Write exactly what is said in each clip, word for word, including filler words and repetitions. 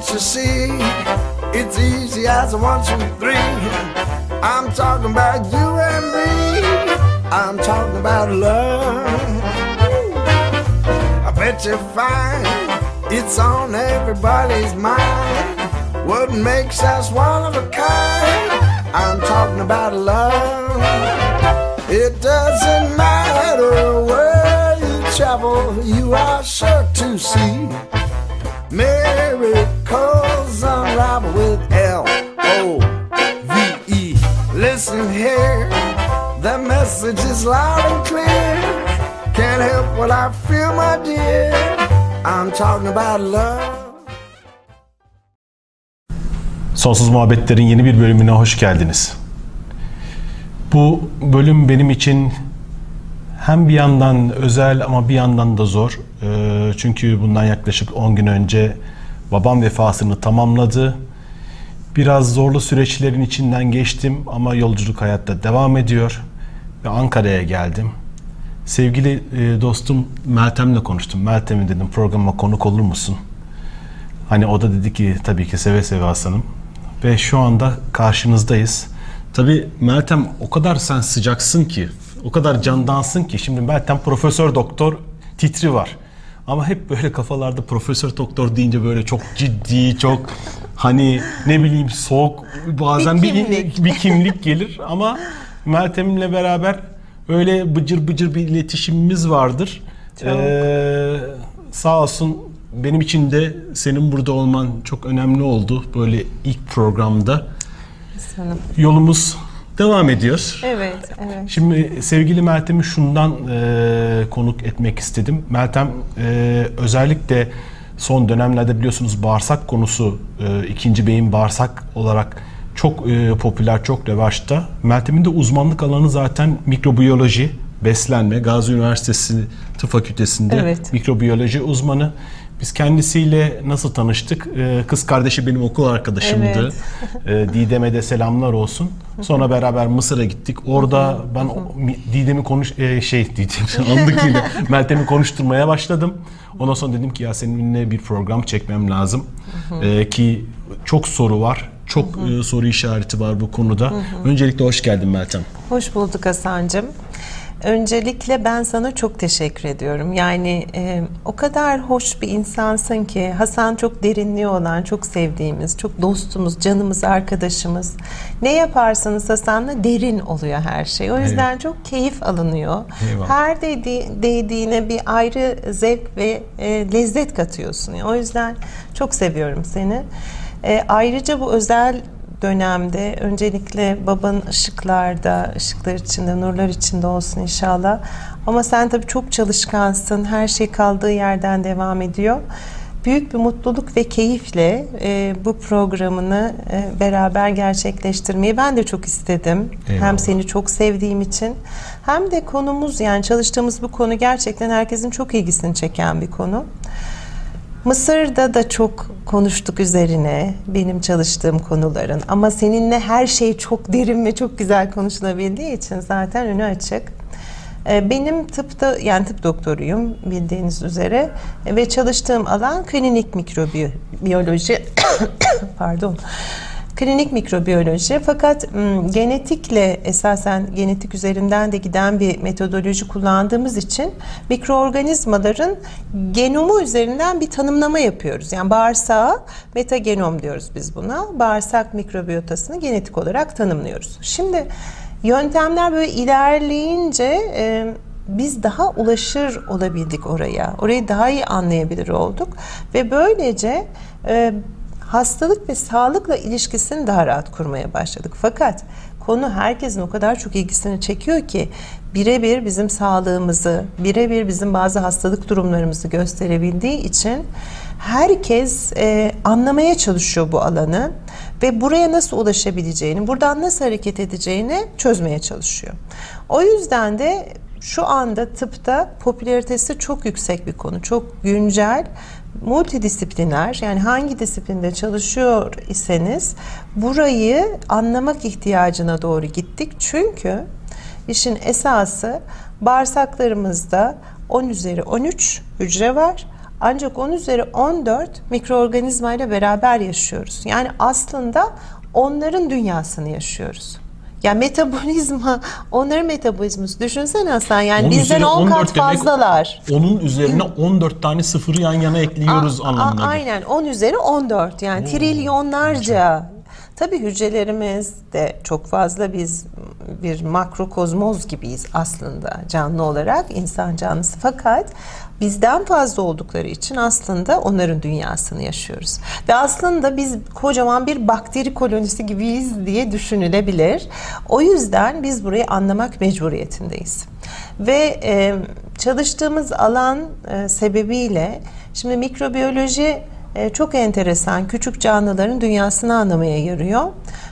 can't you see? It's easy as a one, two, three. I'm talking about you and me. I'm talking about love. I bet you find it's on everybody's mind. What makes us one of a kind? I'm talking about love. It doesn't matter where you travel, you are sure to see miracles unravel with L O V E. Listen here, the message is loud and clear. Can't help what I feel, my dear. I'm talking about love. Sonsuz Muhabbetler'in yeni bir bölümüne hoş geldiniz. Bu bölüm benim için hem bir yandan özel ama bir yandan da zor. Çünkü bundan yaklaşık on gün önce babam vefasını tamamladı. Biraz zorlu süreçlerin içinden geçtim ama yolculuk hayatta devam ediyor. Ve Ankara'ya geldim. Sevgili dostum Meltem'le konuştum. Meltem'e dedim, programa konuk olur musun? Hani o da dedi ki tabii ki seve seve Hasan'ım. Ve şu anda karşınızdayız. Tabii Meltem, o kadar sen sıcaksın ki, o kadar candansın ki. Şimdi Meltem profesör doktor titri var. Ama hep böyle kafalarda profesör doktor deyince böyle çok ciddi, çok hani ne bileyim soğuk, bazen bir kimlik, bir, bir kimlik gelir. Ama Meltem'le beraber öyle bıcır bıcır bir iletişimimiz vardır. Ee, sağ olsun, benim için de senin burada olman çok önemli oldu. Böyle ilk programda. Sanırım. Yolumuz devam ediyor. Evet, evet. Şimdi sevgili Meltem'i şundan e, konuk etmek istedim. Meltem e, özellikle son dönemlerde biliyorsunuz bağırsak konusu, e, ikinci beyin bağırsak olarak çok e, popüler, çok revaçta. Meltem'in de uzmanlık alanı zaten mikrobiyoloji, beslenme. Gazi Üniversitesi Tıp Fakültesi'nde evet. Mikrobiyoloji uzmanı. Biz kendisiyle nasıl tanıştık? Kız kardeşi benim okul arkadaşımdı. Evet. Didem'e de selamlar olsun. Sonra beraber Mısır'a gittik. Orada ben Didem'i konuş şey Didem andık yine. Meltem'i konuşturmaya başladım. Ondan sonra dedim ki ya seninle bir program çekmem lazım. Ee, ki çok soru var. Çok hı hı. soru işareti var bu konuda. Hı hı. Öncelikle hoş geldin Meltem. Hoş bulduk Hasan'cığım. Öncelikle ben sana çok teşekkür ediyorum. Yani e, o kadar hoş bir insansın ki. Hasan çok derinliği olan, çok sevdiğimiz, çok dostumuz, canımız, arkadaşımız. Ne yaparsanız Hasan'la derin oluyor her şey. O yüzden evet. çok keyif alınıyor. Eyvallah. Her değdi, değdiğine bir ayrı zevk ve e, lezzet katıyorsun. O yüzden çok seviyorum seni. E, ayrıca bu özel dönemde öncelikle babanın ışıklarda, ışıklar içinde, nurlar içinde olsun inşallah. Ama sen tabii çok çalışkansın. Her şey kaldığı yerden devam ediyor. Büyük bir mutluluk ve keyifle e, bu programını e, beraber gerçekleştirmeyi ben de çok istedim. Eyvallah. Hem seni çok sevdiğim için hem de konumuz, yani çalıştığımız bu konu gerçekten herkesin çok ilgisini çeken bir konu. Mısır'da da çok konuştuk üzerine, benim çalıştığım konuların, ama seninle her şey çok derin ve çok güzel konuşulabildiği için zaten önü açık. Benim tıpta, yani tıp doktoruyum bildiğiniz üzere ve çalıştığım alan klinik mikrobiyoloji. Pardon. Klinik mikrobiyoloji, fakat m, genetikle, esasen genetik üzerinden de giden bir metodoloji kullandığımız için mikroorganizmaların genomu üzerinden bir tanımlama yapıyoruz. Yani bağırsağı metagenom diyoruz biz buna. Bağırsak mikrobiyotasını genetik olarak tanımlıyoruz. Şimdi yöntemler böyle ilerleyince e, biz daha ulaşır olabildik oraya. Orayı daha iyi anlayabilir olduk ve böylece e, hastalık ve sağlıkla ilişkisini daha rahat kurmaya başladık. Fakat konu herkesin o kadar çok ilgisini çekiyor ki birebir bizim sağlığımızı, birebir bizim bazı hastalık durumlarımızı gösterebildiği için herkes e, anlamaya çalışıyor bu alanı ve buraya nasıl ulaşabileceğini, buradan nasıl hareket edeceğini çözmeye çalışıyor. O yüzden de şu anda tıpta popülaritesi çok yüksek bir konu, çok güncel, multidisipliner, yani hangi disiplinde çalışıyor iseniz burayı anlamak ihtiyacına doğru gittik. Çünkü işin esası bağırsaklarımızda on üzeri on üç hücre var. Ancak on üzeri on dört mikroorganizma ile beraber yaşıyoruz. Yani aslında onların dünyasını yaşıyoruz. Ya metabolizma, onların metabolizması. Düşünsene Hasan, yani bizden on kat fazlalar. Onun üzerine on dört tane sıfırı yan yana ekliyoruz a, anlamında. A, aynen, on üzeri on dört, yani Oo, trilyonlarca. Tabii hücrelerimiz de çok fazla, biz bir makrokozmoz gibiyiz aslında canlı olarak, insan canlısı, fakat bizden fazla oldukları için aslında onların dünyasını yaşıyoruz. Ve aslında biz kocaman bir bakteri kolonisi gibiyiz diye düşünülebilir. O yüzden biz burayı anlamak mecburiyetindeyiz. Ve e, çalıştığımız alan e, sebebiyle, şimdi mikrobiyoloji e, çok enteresan, küçük canlıların dünyasını anlamaya yarıyor.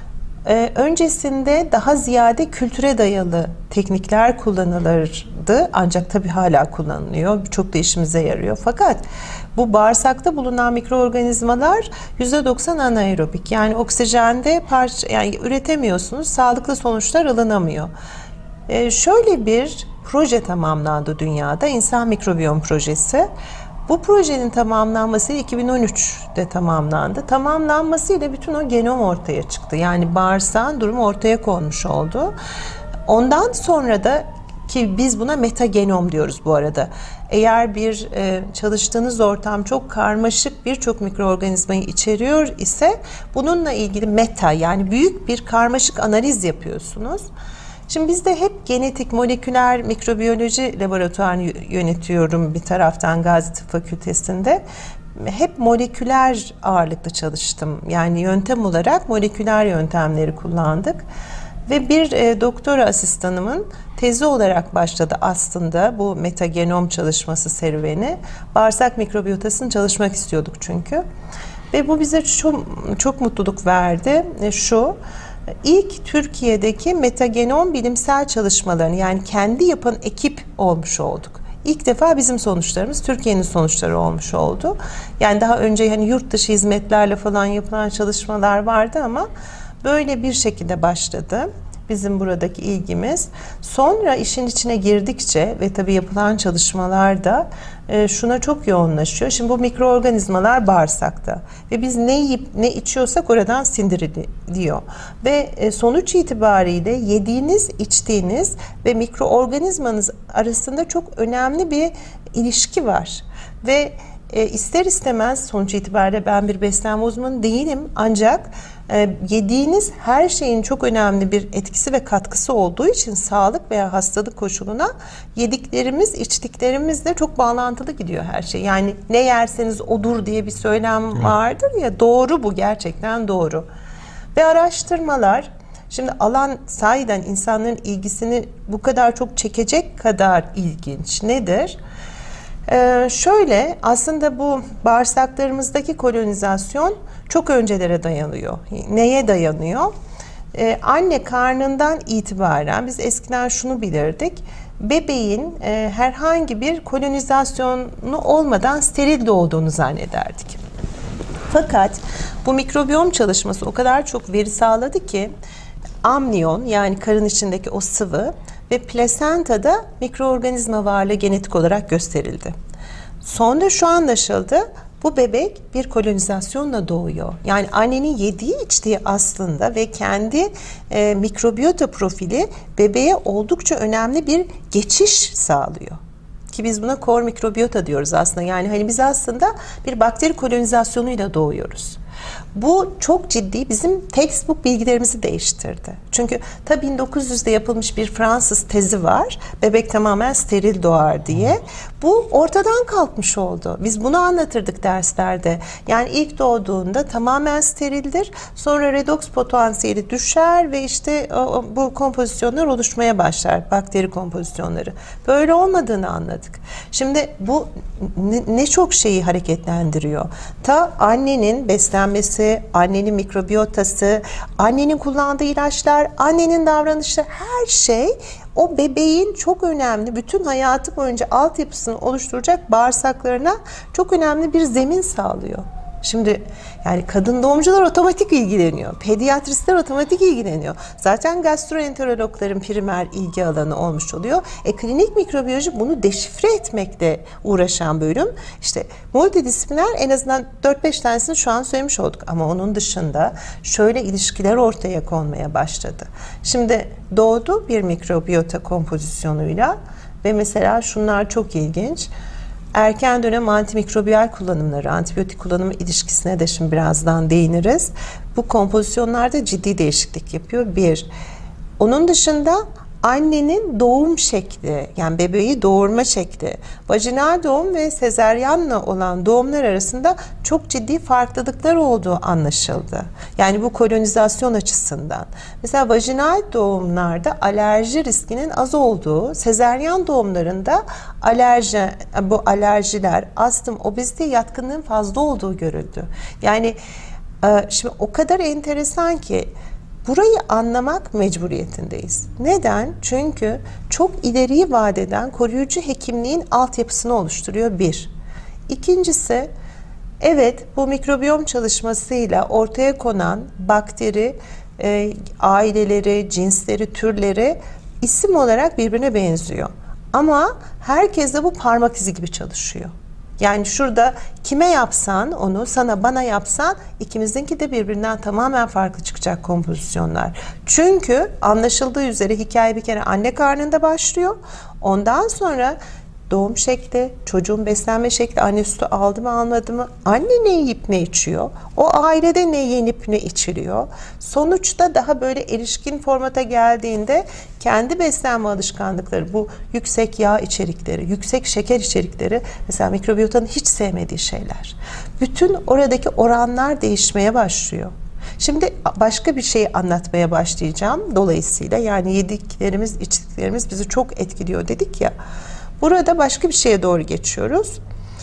Ee, öncesinde daha ziyade kültüre dayalı teknikler kullanılırdı, ancak tabii hala kullanılıyor, çok da işimize yarıyor. Fakat bu bağırsakta bulunan mikroorganizmalar yüzde doksan anaerobik, yani oksijende parça, yani üretemiyorsunuz, sağlıklı sonuçlar alınamıyor. Ee, şöyle bir proje tamamlandı dünyada, insan mikrobiyom projesi. Bu projenin tamamlanması iki bin on üçte tamamlandı. Tamamlanmasıyla bütün o genom ortaya çıktı. Yani bağırsağın durumu ortaya konmuş oldu. Ondan sonra da, ki biz buna metagenom diyoruz bu arada. Eğer bir e, çalıştığınız ortam çok karmaşık birçok mikroorganizmayı içeriyor ise bununla ilgili meta, yani büyük bir karmaşık analiz yapıyorsunuz. Şimdi biz de hep genetik, moleküler mikrobiyoloji laboratuvarını yönetiyorum bir taraftan Gazi Tıp Fakültesi'nde. Hep moleküler ağırlıklı çalıştım. Yani yöntem olarak moleküler yöntemleri kullandık. Ve bir e, doktora asistanımın tezi olarak başladı aslında bu metagenom çalışması serüveni. Bağırsak mikrobiyotasını çalışmak istiyorduk çünkü. Ve bu bize çok, çok mutluluk verdi. E, şu... İlk Türkiye'deki metagenom bilimsel çalışmalarını, yani kendi yapan ekip olmuş olduk. İlk defa bizim sonuçlarımız Türkiye'nin sonuçları olmuş oldu. Yani daha önce hani yurt dışı hizmetlerle falan yapılan çalışmalar vardı ama böyle bir şekilde başladı bizim buradaki ilgimiz. Sonra işin içine girdikçe ve tabii yapılan çalışmalar da e, şuna çok yoğunlaşıyor. Şimdi bu mikroorganizmalar bağırsakta ve biz ne yiyip ne içiyorsak oradan sindiriliyor. Ve e, sonuç itibariyle yediğiniz, içtiğiniz ve mikroorganizmanız arasında çok önemli bir ilişki var. Ve e, ister istemez sonuç itibariyle ben bir beslenme uzmanı değilim, ancak e, yediğiniz her şeyin çok önemli bir etkisi ve katkısı olduğu için sağlık veya hastalık koşuluna yediklerimiz, içtiklerimizle çok bağlantılı gidiyor her şey. Yani ne yerseniz odur diye bir söylem vardır ya, doğru, bu gerçekten doğru. Ve araştırmalar, şimdi alan sahiden insanların ilgisini bu kadar çok çekecek kadar ilginç. Nedir? Ee, şöyle, aslında bu bağırsaklarımızdaki kolonizasyon çok öncelere dayanıyor. Neye dayanıyor? Ee, anne karnından itibaren biz eskiden şunu bilirdik. Bebeğin e, herhangi bir kolonizasyonu olmadan steril doğduğunu zannederdik. Fakat bu mikrobiyom çalışması o kadar çok veri sağladı ki amniyon, yani karın içindeki o sıvı ve plasentada mikroorganizma varlığı genetik olarak gösterildi. Sonra şu anlaşıldı, bu bebek bir kolonizasyonla doğuyor. Yani annenin yediği içtiği aslında ve kendi e, mikrobiyota profili bebeğe oldukça önemli bir geçiş sağlıyor. Ki biz buna kor mikrobiyota diyoruz aslında. Yani hani biz aslında bir bakteri kolonizasyonuyla doğuyoruz. Bu çok ciddi bizim textbook bilgilerimizi değiştirdi. Çünkü tabii bin dokuz yüzde yapılmış bir Fransız tezi var. Bebek tamamen steril doğar diye. Bu ortadan kalkmış oldu. Biz bunu anlatırdık derslerde. Yani ilk doğduğunda tamamen sterildir. Sonra redoks potansiyeli düşer ve işte o, bu kompozisyonlar oluşmaya başlar. Bakteri kompozisyonları. Böyle olmadığını anladık. Şimdi bu ne, ne çok şeyi hareketlendiriyor. Ta annenin beslenmesi, annenin mikrobiyotası, annenin kullandığı ilaçlar, annenin davranışı, her şey o bebeğin çok önemli, bütün hayatı boyunca altyapısını oluşturacak bağırsaklarına çok önemli bir zemin sağlıyor. Şimdi yani kadın doğumcular otomatik ilgileniyor. Pediatristler otomatik ilgileniyor. Zaten gastroenterologların primer ilgi alanı olmuş oluyor. E, klinik mikrobiyoloji bunu deşifre etmekle uğraşan bölüm. İşte multidisipliner en azından dört beş tanesini şu an söylemiş olduk. Ama onun dışında şöyle ilişkiler ortaya konmaya başladı. Şimdi doğdu bir mikrobiyota kompozisyonuyla ve mesela şunlar çok ilginç. Erken dönem antimikrobiyal kullanımları, antibiyotik kullanımı ilişkisine de şimdi birazdan değiniriz. Bu kompozisyonlarda ciddi değişiklik yapıyor. Bir. Onun dışında annenin doğum şekli, yani bebeği doğurma şekli, vajinal doğum ve sezaryenle olan doğumlar arasında çok ciddi farklılıklar olduğu anlaşıldı. Yani bu kolonizasyon açısından. Mesela vajinal doğumlarda alerji riskinin az olduğu, sezaryen doğumlarında alerji, bu alerjiler, astım, obezite yatkınlığın fazla olduğu görüldü. Yani şimdi o kadar enteresan ki burayı anlamak mecburiyetindeyiz. Neden? Çünkü çok ileriyi vaat eden koruyucu hekimliğin altyapısını oluşturuyor bir. İkincisi, evet bu mikrobiyom çalışmasıyla ortaya konan bakteri e, aileleri, cinsleri, türleri isim olarak birbirine benziyor. Ama herkes de bu parmak izi gibi çalışıyor. Yani şurada kime yapsan onu, sana bana yapsan ikimizinki de birbirinden tamamen farklı çıkacak kompozisyonlar. Çünkü anlaşıldığı üzere hikaye bir kere anne karnında başlıyor. Ondan sonra doğum şekli, çocuğun beslenme şekli, anne sütü aldı mı almadı mı, anne ne yiyip ne içiyor, o ailede ne yenip ne içiliyor. Sonuçta daha böyle erişkin formata geldiğinde kendi beslenme alışkanlıkları, bu yüksek yağ içerikleri, yüksek şeker içerikleri mesela mikrobiyotanın hiç sevmediği şeyler. Bütün oradaki oranlar değişmeye başlıyor. Şimdi başka bir şey anlatmaya başlayacağım dolayısıyla, yani yediklerimiz, içtiklerimiz bizi çok etkiliyor dedik ya. Burada başka bir şeye doğru geçiyoruz.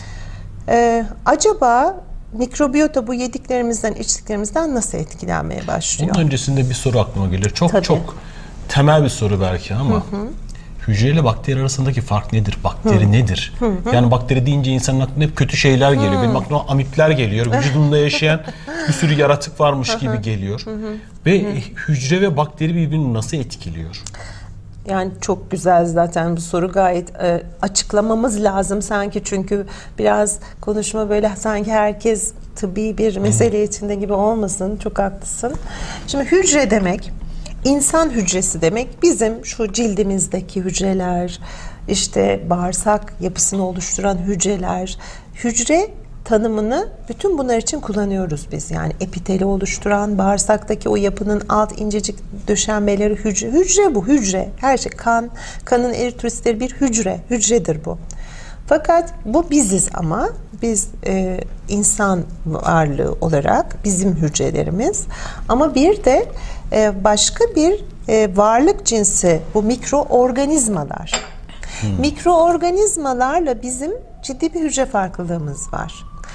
Ee, acaba mikrobiyota bu yediklerimizden, içtiklerimizden nasıl etkilenmeye başlıyor? Onun öncesinde bir soru aklıma gelir. Çok Tabii. çok temel bir soru belki ama hı hı. hücre ile bakteri arasındaki fark nedir? Bakteri hı. nedir? Hı hı. Yani bakteri deyince insanın aklına hep kötü şeyler geliyor. Hı. Benim aklıma amipler geliyor. Vücudunda yaşayan bir sürü yaratık varmış gibi geliyor. Hı hı. Ve hı. hücre ve bakteri birbirini nasıl etkiliyor? Yani çok güzel zaten bu soru, gayet e, açıklamamız lazım sanki, çünkü biraz konuşma böyle sanki herkes tıbbi bir mesele içinde gibi olmasın. Çok haklısın. Şimdi hücre demek, insan hücresi demek bizim şu cildimizdeki hücreler, işte bağırsak yapısını oluşturan hücreler, hücre tanımını bütün bunlar için kullanıyoruz biz. Yani epiteli oluşturan, bağırsaktaki o yapının alt incecik döşenmeleri hücre. Hücre bu, hücre. Her şey, kan, kanın eritrositleri bir hücre. Hücredir bu. Fakat bu biziz ama biz e, insan varlığı olarak bizim hücrelerimiz. Ama bir de e, başka bir e, varlık cinsi bu mikroorganizmalar. Hmm. Mikroorganizmalarla bizim ciddi bir hücre farklılığımız var.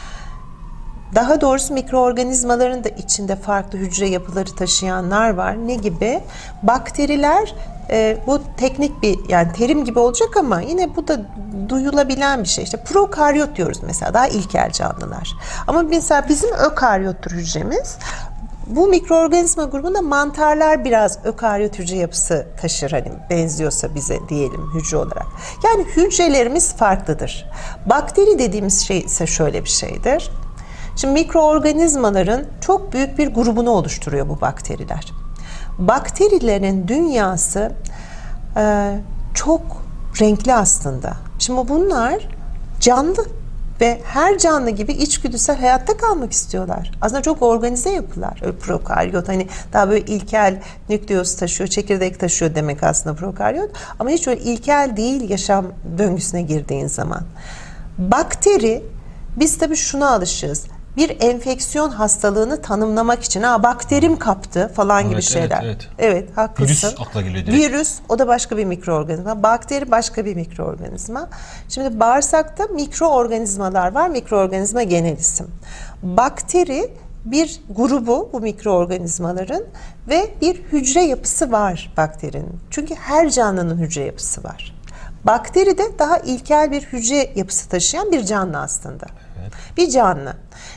Daha doğrusu mikroorganizmaların da içinde farklı hücre yapıları taşıyanlar var. Ne gibi? Bakteriler, e, bu teknik bir yani terim gibi olacak ama yine bu da duyulabilen bir şey. İşte prokaryot diyoruz mesela, daha ilkel canlılar. Ama mesela bizim ökaryottur hücremiz. Bu mikroorganizma grubunda mantarlar biraz ökaryot hücre yapısı taşır, hani benziyorsa bize diyelim hücre olarak. Yani hücrelerimiz farklıdır. Bakteri dediğimiz şey ise şöyle bir şeydir. Şimdi mikroorganizmaların çok büyük bir grubunu oluşturuyor bu bakteriler. Bakterilerin dünyası e, çok renkli aslında. Şimdi bunlar canlı ve her canlı gibi içgüdüsel hayatta kalmak istiyorlar. Aslında çok organize yapılar. Öyle prokaryot, hani daha böyle ilkel nükleus taşıyor, çekirdek taşıyor demek aslında prokaryot. Ama hiç öyle ilkel değil yaşam döngüsüne girdiğin zaman. Bakteri, biz tabii şuna alışığız. Bir enfeksiyon hastalığını tanımlamak için ha bakterim kaptı falan evet, gibi şeyler. Evet, evet. Evet, haklısın. Virüs akla geliyor direkt. Virüs, o da başka bir mikroorganizma. Bakteri başka bir mikroorganizma. Şimdi bağırsakta mikroorganizmalar var. Mikroorganizma genel isim. Bakteri bir grubu bu mikroorganizmaların ve bir hücre yapısı var bakterinin. Çünkü her canlının hücre yapısı var. Bakteri de daha ilkel bir hücre yapısı taşıyan bir canlı aslında. Evet. Bir canlı.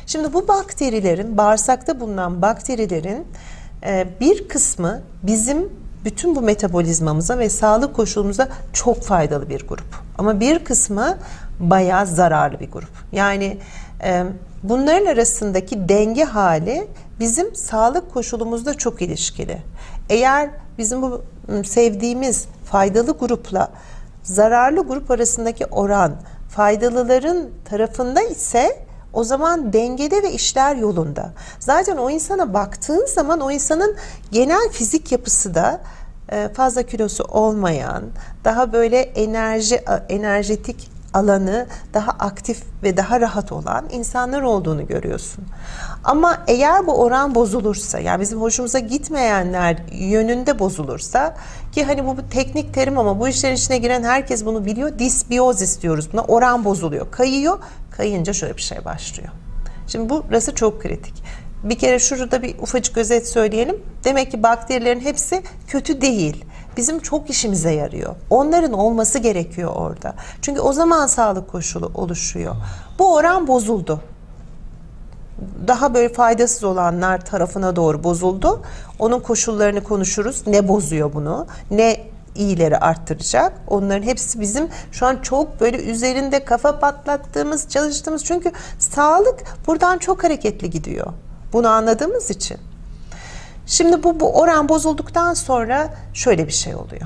Şimdi bu bakterilerin, bağırsakta bulunan bakterilerin e, bir kısmı bizim bütün bu metabolizmamıza ve sağlık koşulumuza çok faydalı bir grup. Ama bir kısmı bayağı zararlı bir grup. Yani e, bunların arasındaki denge hali bizim sağlık koşulumuzda çok ilişkili. Eğer bizim bu sevdiğimiz faydalı grupla zararlı grup arasındaki oran faydalıların tarafında ise o zaman dengede ve işler yolunda. Zaten o insana baktığın zaman o insanın genel fizik yapısı da fazla kilosu olmayan, daha böyle enerji enerjetik alanı daha aktif ve daha rahat olan insanlar olduğunu görüyorsun. Ama eğer bu oran bozulursa, yani bizim hoşumuza gitmeyenler yönünde bozulursa, ki hani bu, bu teknik terim ama bu işlerin içine giren herkes bunu biliyor, disbiyozis diyoruz buna, oran bozuluyor, kayıyor, kayınca şöyle bir şey başlıyor. Şimdi burası çok kritik. Bir kere şurada bir ufacık özet söyleyelim. Demek ki bakterilerin hepsi kötü değil. Bizim çok işimize yarıyor. Onların olması gerekiyor orada. Çünkü o zaman sağlık koşulu oluşuyor. Bu oran bozuldu. Daha böyle faydasız olanlar tarafına doğru bozuldu. Onun koşullarını konuşuruz. Ne bozuyor bunu? Ne iyileri arttıracak? Onların hepsi bizim şu an çok böyle üzerinde kafa patlattığımız, çalıştığımız. Çünkü sağlık buradan çok hareketli gidiyor. Bunu anladığımız için. Şimdi bu, bu oran bozulduktan sonra şöyle bir şey oluyor.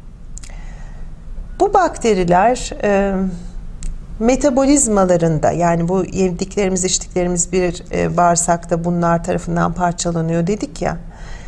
Bu bakteriler e, metabolizmalarında, yani bu yediklerimiz, içtiklerimiz bir e, bağırsakta bunlar tarafından parçalanıyor dedik ya.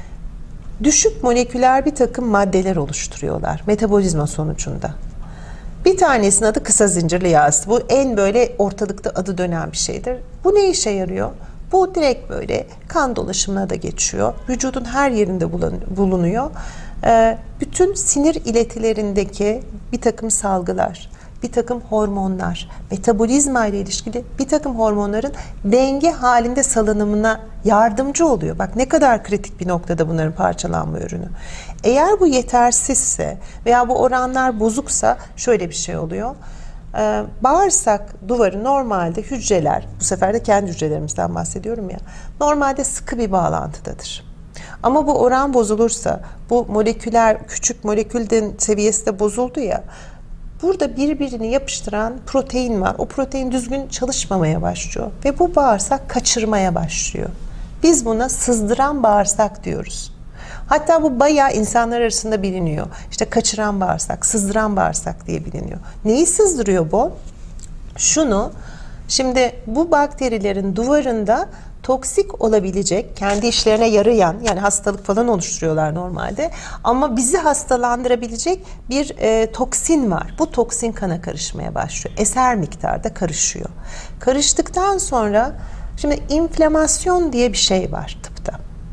Düşük moleküler bir takım maddeler oluşturuyorlar metabolizma sonucunda. Bir tanesinin adı kısa zincirli yağ asidi. Bu en böyle ortalıkta adı dönen bir şeydir. Bu ne işe yarıyor? Bu direkt böyle kan dolaşımına da geçiyor. Vücudun her yerinde bulunuyor. Ee, bütün sinir iletilerindeki bir takım salgılar, bir takım hormonlar, metabolizma ile ilişkili bir takım hormonların denge halinde salınımına yardımcı oluyor. Bak ne kadar kritik bir noktada bunların parçalanma ürünü. Eğer bu yetersizse veya bu oranlar bozuksa şöyle bir şey oluyor. Ee, bağırsak duvarı normalde hücreler, bu sefer de kendi hücrelerimizden bahsediyorum ya, normalde sıkı bir bağlantıdadır. Ama bu oran bozulursa, bu moleküler, küçük molekülden seviyesi de bozuldu ya, burada birbirini yapıştıran protein var. O protein düzgün çalışmamaya başlıyor ve bu bağırsak kaçırmaya başlıyor. Biz buna sızdıran bağırsak diyoruz. Hatta bu bayağı insanlar arasında biliniyor. İşte kaçıran bağırsak, sızdıran bağırsak diye biliniyor. Neyi sızdırıyor bu? Şunu, şimdi bu bakterilerin duvarında toksik olabilecek, kendi işlerine yarayan, yani hastalık falan oluşturuyorlar normalde, ama bizi hastalandırabilecek bir e, toksin var. Bu toksin kana karışmaya başlıyor. Eser miktarda karışıyor. Karıştıktan sonra, şimdi inflamasyon diye bir şey var tıpta.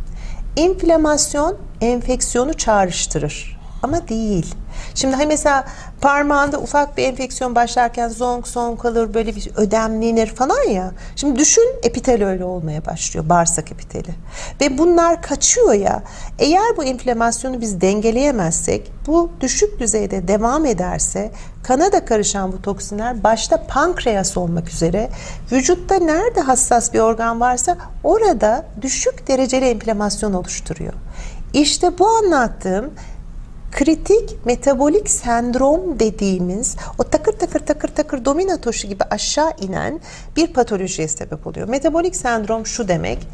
İnflamasyon enfeksiyonu çağrıştırır ama değil. Şimdi hani mesela parmağında ufak bir enfeksiyon başlarken zonk zonk kalır, böyle bir ödemlenir falan ya. Şimdi düşün, epitel öyle olmaya başlıyor, bağırsak epiteli. Ve bunlar kaçıyor ya. Eğer bu inflamasyonu biz dengeleyemezsek, bu düşük düzeyde devam ederse, kana da karışan bu toksinler başta pankreas olmak üzere vücutta nerede hassas bir organ varsa orada düşük dereceli inflamasyon oluşturuyor. İşte bu anlattığım kritik metabolik sendrom dediğimiz o takır takır takır takır domino taşı gibi aşağı inen bir patolojiye sebep oluyor. Metabolik sendrom şu demek,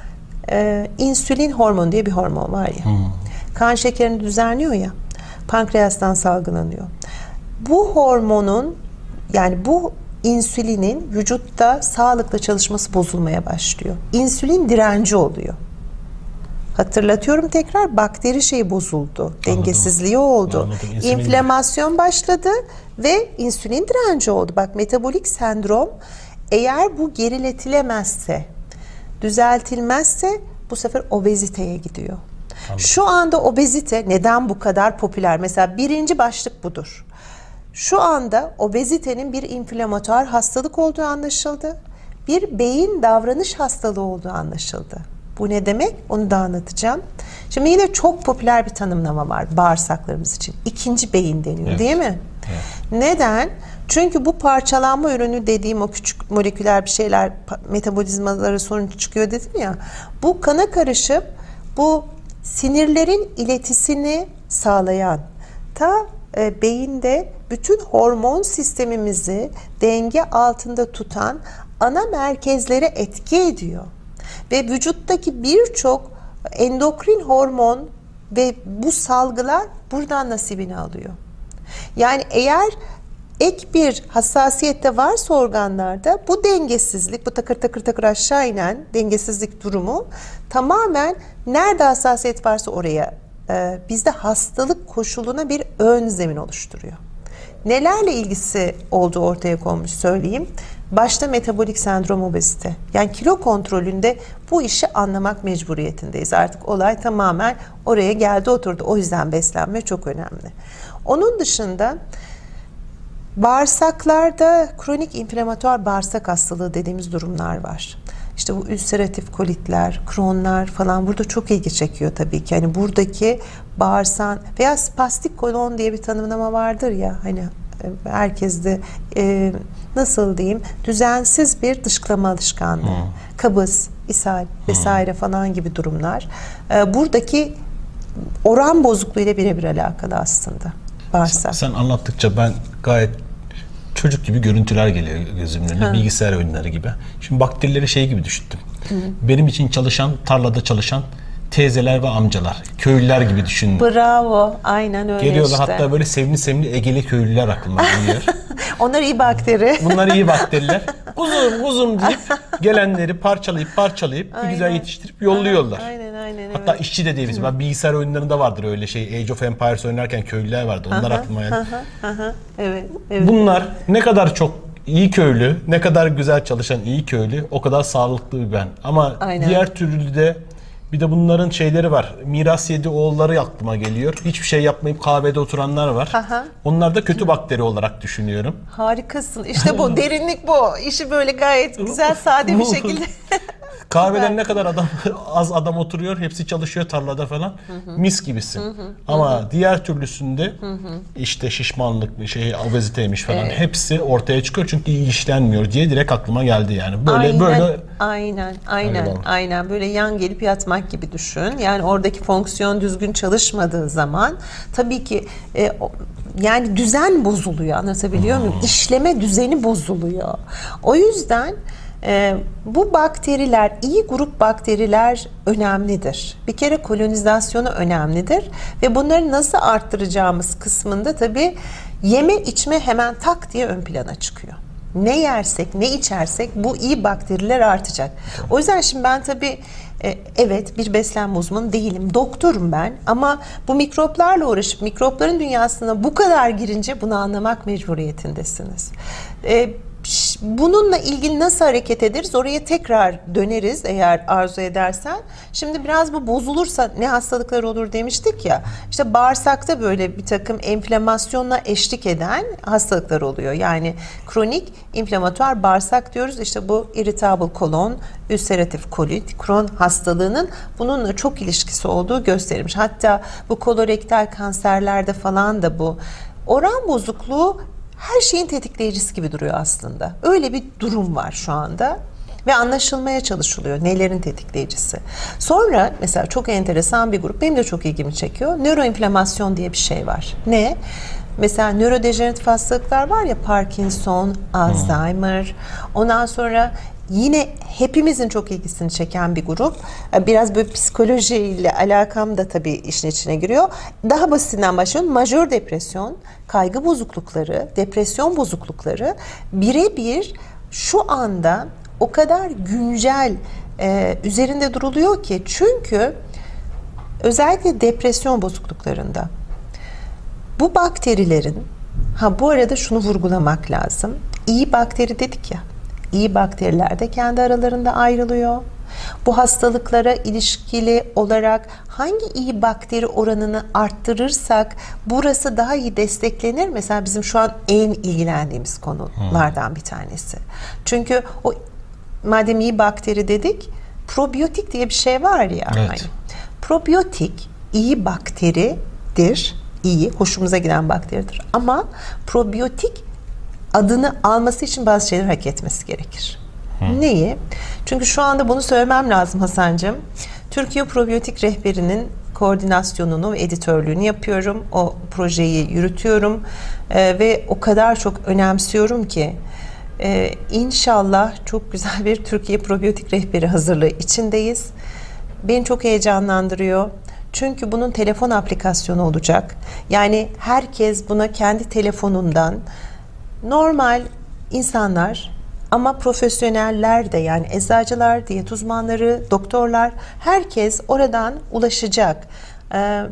e, insülin hormonu diye bir hormon var ya, hmm. kan şekerini düzenliyor ya, pankreastan salgılanıyor. Bu hormonun, yani bu insülinin vücutta sağlıkla çalışması bozulmaya başlıyor. İnsülin direnci oluyor. Hatırlatıyorum tekrar, bakteri şeyi bozuldu. Anladım. Dengesizliği oldu. Anladım. İnflamasyon başladı ve insülin direnci oldu. Bak, metabolik sendrom eğer bu geriletilemezse, düzeltilmezse bu sefer obeziteye gidiyor. Anladım. Şu anda obezite neden bu kadar popüler? Mesela birinci başlık budur. Şu anda obezitenin bir inflamatuar hastalık olduğu anlaşıldı. Bir beyin davranış hastalığı olduğu anlaşıldı. Bu ne demek? Onu da anlatacağım. Şimdi yine çok popüler bir tanımlama var bağırsaklarımız için. İkinci beyin deniyor, evet, değil mi? Evet. Neden? Çünkü bu parçalanma ürünü dediğim o küçük moleküler bir şeyler metabolizmaları sonucu çıkıyor dedim ya. Bu kana karışıp bu sinirlerin iletisini sağlayan, ta e, beyinde bütün hormon sistemimizi denge altında tutan ana merkezlere etki ediyor. Ve vücuttaki birçok endokrin hormon ve bu salgılar buradan nasibini alıyor. Yani eğer ek bir hassasiyette varsa organlarda bu dengesizlik, bu takır takır takır aşağı inen dengesizlik durumu tamamen nerede hassasiyet varsa oraya e, bizde hastalık koşuluna bir ön zemin oluşturuyor. Nelerle ilgisi olduğu ortaya konmuş söyleyeyim. Başta metabolik sendrom, obezite. Yani kilo kontrolünde bu işi anlamak mecburiyetindeyiz. Artık olay tamamen oraya geldi oturdu. O yüzden beslenme çok önemli. Onun dışında bağırsaklarda kronik inflamatuar bağırsak hastalığı dediğimiz durumlar var. İşte bu ülseratif kolitler, Crohn'lar falan burada çok ilgi çekiyor tabii ki. Hani buradaki bağırsan veya spastik kolon diye bir tanımlama vardır ya, hani herkeste e, nasıl diyeyim, düzensiz bir dışkılama alışkanlığı, hmm. kabız, ishal vesaire hmm. falan gibi durumlar. E, buradaki oran bozukluğuyla birebir alakalı aslında bağırsak. Sen, sen anlattıkça ben gayet çocuk gibi görüntüler geliyor gözümün önüne, bilgisayar oyunları gibi. Şimdi bakterileri şey gibi düşündüm. Hı. Benim için çalışan, tarlada çalışan teyzeler ve amcalar, köylüler gibi düşündüm. Bravo, aynen öyle. Geliyorlar işte. Hatta böyle sevimli sevimli Egeli köylüler aklıma geliyor. Onlar iyi bakteri. Bunlar iyi bakteriler. Kuzum kuzum deyip gelenleri parçalayıp parçalayıp aynen. bir güzel yetiştirip yolluyorlar. Aynen aynen. Hatta evet. işçi de değiliz. Ben bilgisayar oyunlarında vardır öyle şey. Age of Empires oynarken köylüler vardı. Onlar aha, aklıma yani. aha, aha. Evet, evet. Bunlar ne kadar çok iyi köylü, ne kadar güzel çalışan iyi köylü, o kadar sağlıklı bir ben. Ama aynen. diğer türlü de bir de bunların şeyleri var. Miras yedi oğulları aklıma geliyor. Hiçbir şey yapmayıp kahvede oturanlar var. Aha. Onlar da kötü bakteri olarak düşünüyorum. Harikasın. İşte bu derinlik bu. İşi böyle gayet güzel, sade bir şekilde. Kahveden ne kadar adam az adam oturuyor, hepsi çalışıyor tarlada falan. Hı hı. Mis gibisin. Hı hı. Ama hı hı. diğer türlüsünde hı hı. işte şişmanlık, şey obeziteymiş falan evet. hepsi ortaya çıkıyor çünkü iyi işlenmiyor diye direkt aklıma geldi yani. Böyle aynen, böyle aynen aynen aynen, aynen böyle yan gelip yatmak gibi düşün. Yani oradaki fonksiyon düzgün çalışmadığı zaman tabii ki e, o, yani düzen bozuluyor. Anlatabiliyor muyum? Hmm. İşleme düzeni bozuluyor. O yüzden Ee, bu bakteriler, iyi grup bakteriler önemlidir. Bir kere kolonizasyonu önemlidir ve bunları nasıl arttıracağımız kısmında tabii yeme içme hemen tak diye ön plana çıkıyor. Ne yersek, ne içersek bu iyi bakteriler artacak. O yüzden şimdi ben tabii e, evet bir beslenme uzmanı değilim, doktorum ben ama bu mikroplarla uğraşıp mikropların dünyasına bu kadar girince bunu anlamak mecburiyetindesiniz. E, Bununla ilgili nasıl hareket ederiz? Oraya tekrar döneriz eğer arzu edersen. Şimdi biraz bu bozulursa ne hastalıklar olur demiştik ya. İşte bağırsakta böyle bir takım enflamasyonla eşlik eden hastalıklar oluyor. Yani kronik inflamatuar bağırsak diyoruz. İşte bu irritable kolon, ülseratif kolit, Crohn hastalığının bununla çok ilişkisi olduğu gösterilmiş. Hatta bu kolorektal kanserlerde falan da bu oran bozukluğu her şeyin tetikleyicisi gibi duruyor aslında. Öyle bir durum var şu anda ve anlaşılmaya çalışılıyor nelerin tetikleyicisi. Sonra mesela çok enteresan bir grup, benim de çok ilgimi çekiyor. Nöroinflamasyon diye bir şey var. Ne? Mesela nörodejeneratif hastalıklar var ya, Parkinson, Alzheimer, ondan sonra yine hepimizin çok ilgisini çeken bir grup. Biraz böyle psikolojiyle alakam da tabii işin içine giriyor. Daha basitinden başlayalım. Majör depresyon, kaygı bozuklukları, depresyon bozuklukları birebir şu anda o kadar güncel e, üzerinde duruluyor ki, çünkü özellikle depresyon bozukluklarında bu bakterilerin, ha bu arada şunu vurgulamak lazım. İyi bakteri dedik ya. İyi bakteriler de kendi aralarında ayrılıyor. Bu hastalıklara ilişkili olarak hangi iyi bakteri oranını arttırırsak burası daha iyi desteklenir. Mesela bizim şu an en ilgilendiğimiz konulardan hmm. bir tanesi. Çünkü o madem iyi bakteri dedik, probiyotik diye bir şey var ya. Evet. Hani, probiyotik iyi bakteridir. İyi, hoşumuza giden bakteridir. Ama probiyotik adını alması için bazı şeyler hak etmesi gerekir. Hı. Neyi? Çünkü şu anda bunu söylemem lazım Hasan'cığım. Türkiye Probiyotik Rehberi'nin koordinasyonunu ve editörlüğünü yapıyorum. O projeyi yürütüyorum ee, ve o kadar çok önemsiyorum ki e, inşallah çok güzel bir Türkiye Probiyotik Rehberi hazırlığı içindeyiz. Beni çok heyecanlandırıyor. Çünkü bunun telefon aplikasyonu olacak. Yani herkes buna kendi telefonundan, normal insanlar ama profesyoneller de, yani eczacılar, diyet uzmanları, doktorlar, herkes oradan ulaşacak. Ee,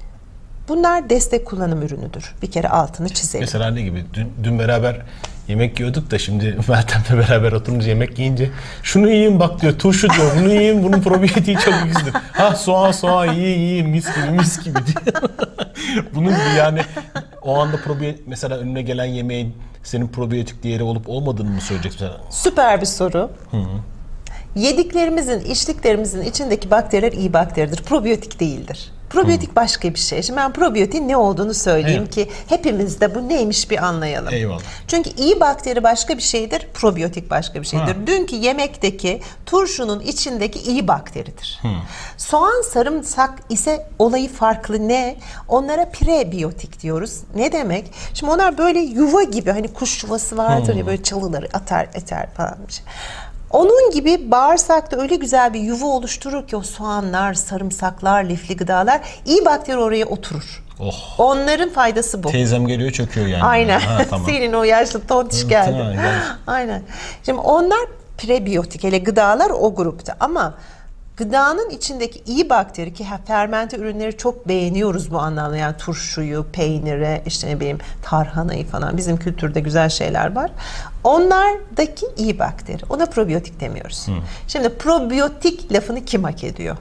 bunlar destek kullanım ürünüdür. Bir kere altını çizelim. Mesela ne gibi? Dün, dün beraber yemek yiyorduk da şimdi Meltem'le beraber oturunca yemek yiyince şunu yiyin bak diyor, turşu diyor, bunu yiyin, bunun probiyotiği çok güçlüdür. Ha soğan soğan yiyin yiyin mis gibi mis gibi diyor. Bunun gibi yani o anda probiyotik, mesela önüne gelen yemeğin senin probiyotik değeri olup olmadığını mı söyleyeceksin? Süper bir soru. Hı hı. Yediklerimizin, içtiklerimizin içindeki bakteriler iyi bakteridir. Probiyotik değildir. Probiyotik hmm. başka bir şey. Şimdi ben probiyotin ne olduğunu söyleyeyim evet. ki hepimiz de bu neymiş bir anlayalım. Eyvallah. Çünkü iyi bakteri başka bir şeydir, probiyotik başka bir şeydir. Ha. Dünkü yemekteki turşunun içindeki iyi bakteridir. Hmm. Soğan, sarımsak ise olayı farklı ne? Onlara prebiyotik diyoruz. Ne demek? Şimdi onlar böyle yuva gibi, hani kuş yuvası vardır hmm. ya, böyle çalıları atar eter falan bir şey. Onun gibi bağırsakta öyle güzel bir yuva oluşturur ki o soğanlar, sarımsaklar, lifli gıdalar, iyi bakteri oraya oturur. Oh. Onların faydası bu. Teyzem geliyor çöküyor yani. Aynen. Ha, tamam. Senin o yaşlı tontiş geldi. Tamam, aynen. Şimdi onlar prebiyotik, hele gıdalar o grupta, ama gıdanın içindeki iyi bakteri, ki fermente ürünleri çok beğeniyoruz bu anlamda, yani turşuyu, peyniri, işte ne bileyim tarhanayı falan, bizim kültürde güzel şeyler var. Onlardaki iyi bakteri. Ona probiyotik demiyoruz. Hı. Şimdi probiyotik lafını kim hak ediyor?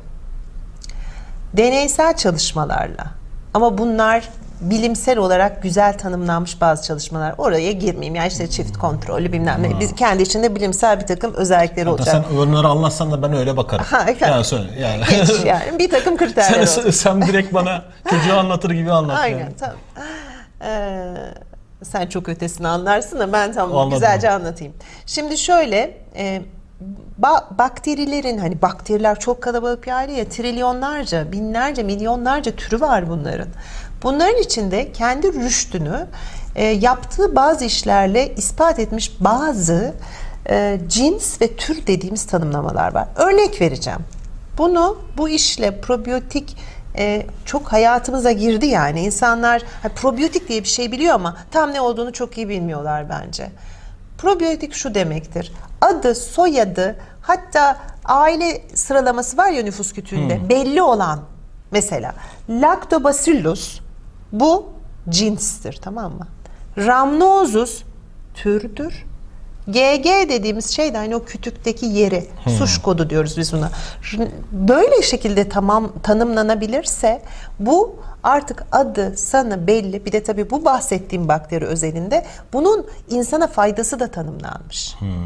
Deneysel çalışmalarla, ama bunlar bilimsel olarak güzel tanımlanmış bazı çalışmalar. Oraya girmeyeyim. Yani işte çift kontrollü bilmem ne. Biz kendi içinde bilimsel bir takım özellikleri hatta olacak. Sen onları anlatsan da ben öyle bakarım. Ha, yani, söyle, yani. Geç yani. Bir takım kriterler sen, sen direkt bana çocuğu anlatır gibi anlat. Aynen yani. tamam. Ee, sen çok ötesini anlarsın da ben tam güzelce anlatayım. Şimdi şöyle e, ba- bakterilerin, hani bakteriler çok kalabalık bir aile ya, trilyonlarca, binlerce, milyonlarca türü var bunların. Bunların içinde kendi rüştünü e, yaptığı bazı işlerle ispat etmiş bazı e, cins ve tür dediğimiz tanımlamalar var. Örnek vereceğim. Bunu bu işle probiyotik e, çok hayatımıza girdi yani. İnsanlar ha, probiyotik diye bir şey biliyor ama tam ne olduğunu çok iyi bilmiyorlar bence. Probiyotik şu demektir: adı, soyadı, hatta aile sıralaması var ya nüfus kütüğünde, hmm. belli olan, mesela Lactobacillus, bu cinstir, tamam mı? Rhamnosus türdür. G G dediğimiz şey de hani o kütükteki yeri, hmm. suş kodu diyoruz biz buna. Böyle şekilde tamam tanımlanabilirse bu artık adı sanı belli. Bir de tabii bu bahsettiğim bakteri özelinde bunun insana faydası da tanımlanmış. Hmm.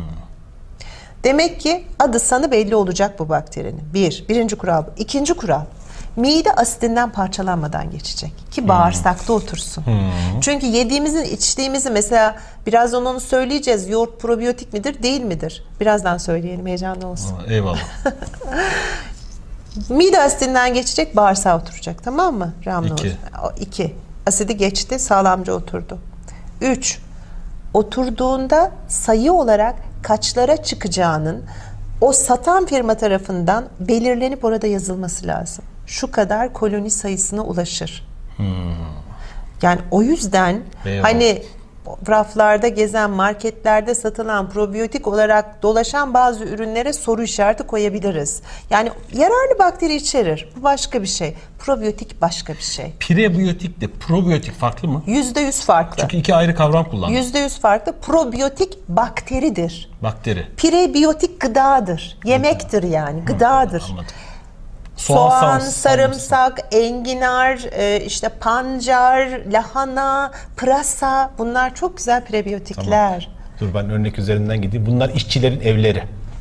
Demek ki adı sanı belli olacak bu bakterinin. Bir, birinci kural bu. İkinci kural: mide asitinden parçalanmadan geçecek ki bağırsakta otursun. Hmm. Çünkü yediğimizin, içtiğimizi, mesela birazdan onu söyleyeceğiz. Yoğurt probiyotik midir, değil midir? Birazdan söyleyelim, heyecanlı olsun. Aa, eyvallah. Mide asitinden geçecek, bağırsağa oturacak, tamam mı? Rhamnosus. İki. İki. Asidi geçti, sağlamca oturdu. Üç. Oturduğunda sayı olarak kaçlara çıkacağının o satan firma tarafından belirlenip orada yazılması lazım. Şu kadar koloni sayısına ulaşır. Hmm. Yani o yüzden Eyvallah. Hani raflarda gezen, marketlerde satılan, probiyotik olarak dolaşan bazı ürünlere soru işareti koyabiliriz. Yani yararlı bakteri içerir. Bu başka bir şey. Probiyotik başka bir şey. Prebiyotik de probiyotik farklı mı? Yüzde yüz farklı. Çünkü iki ayrı kavram kullandım. Yüzde yüz farklı. Probiyotik bakteridir. Bakteri. Prebiyotik gıdadır. Yemektir yani. Gıdadır. Anladım. Soğan, Soğan sarımsak, enginar, işte pancar, lahana, pırasa, bunlar çok güzel prebiyotikler. Tamam. Dur ben örnek üzerinden gideyim. Bunlar işçilerin evleri.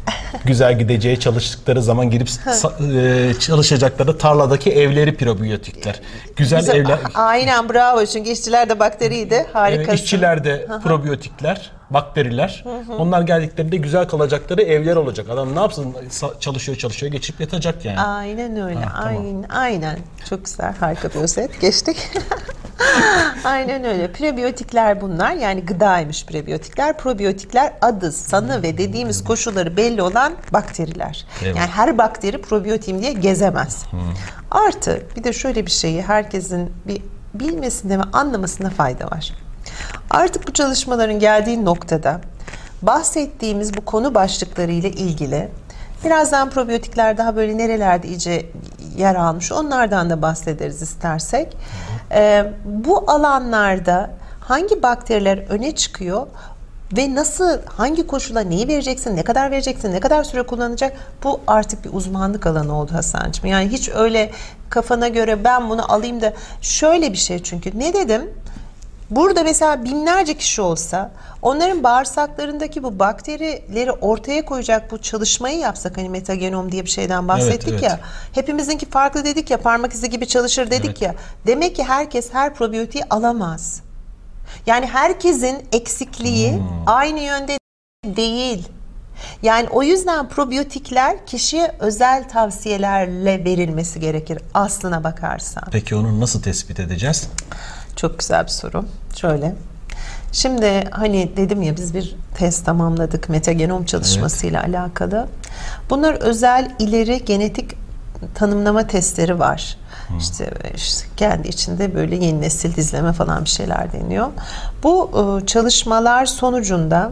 Güzel gideceği, çalıştıkları zaman girip e, çalışacakları tarladaki evleri probiyotikler. Güzel, Güzel evler. Aynen, bravo. Çünkü işçiler de bakteriydi. Harikasın. Evet, işçiler de probiyotikler, bakteriler. Onlar geldiklerinde güzel kalacakları evler olacak. Adam ne yapsın? Çalışıyor çalışıyor geçip yatacak yani. Aynen öyle. Ha, aynen, tamam. aynen. Çok güzel. Harika bir özet. Geçtik. Aynen öyle. Prebiyotikler bunlar. Yani gıdaymış prebiyotikler. Probiyotikler adı, sanı ve dediğimiz koşulları belli olan bakteriler. Evet. Yani her bakteri probiyotiğim diye gezemez. Hmm. Artı bir de şöyle bir şeyi herkesin bir bilmesinde ve anlamasında fayda var. Artık bu çalışmaların geldiği noktada bahsettiğimiz bu konu başlıkları ile ilgili birazdan probiyotikler daha böyle nerelerde iyice yer almış, onlardan da bahsederiz istersek. Ee, bu alanlarda hangi bakteriler öne çıkıyor ve nasıl, hangi koşula neyi vereceksin, ne kadar vereceksin, ne kadar süre kullanacak, bu artık bir uzmanlık alanı oldu Hasan'cığım. Yani hiç öyle kafana göre ben bunu alayım da, şöyle bir şey, çünkü ne dedim? Burada mesela binlerce kişi olsa, onların bağırsaklarındaki bu bakterileri ortaya koyacak bu çalışmayı yapsak, hani metagenom diye bir şeyden bahsettik, evet, evet. ya, hepimizinki farklı dedik ya, parmak izi gibi çalışır dedik, evet. ya, demek ki herkes her probiyotiği alamaz. Yani herkesin eksikliği hmm. aynı yönde değil. Yani o yüzden probiyotikler kişiye özel tavsiyelerle verilmesi gerekir aslına bakarsan. Peki onu nasıl tespit edeceğiz? Çok güzel bir soru. Şöyle. Şimdi hani dedim ya, biz bir test tamamladık metagenom çalışmasıyla evet. alakalı. Bunlar özel ileri genetik tanımlama testleri var. Hmm. İşte, işte kendi içinde böyle yeni nesil dizleme falan bir şeyler deniyor. Bu çalışmalar sonucunda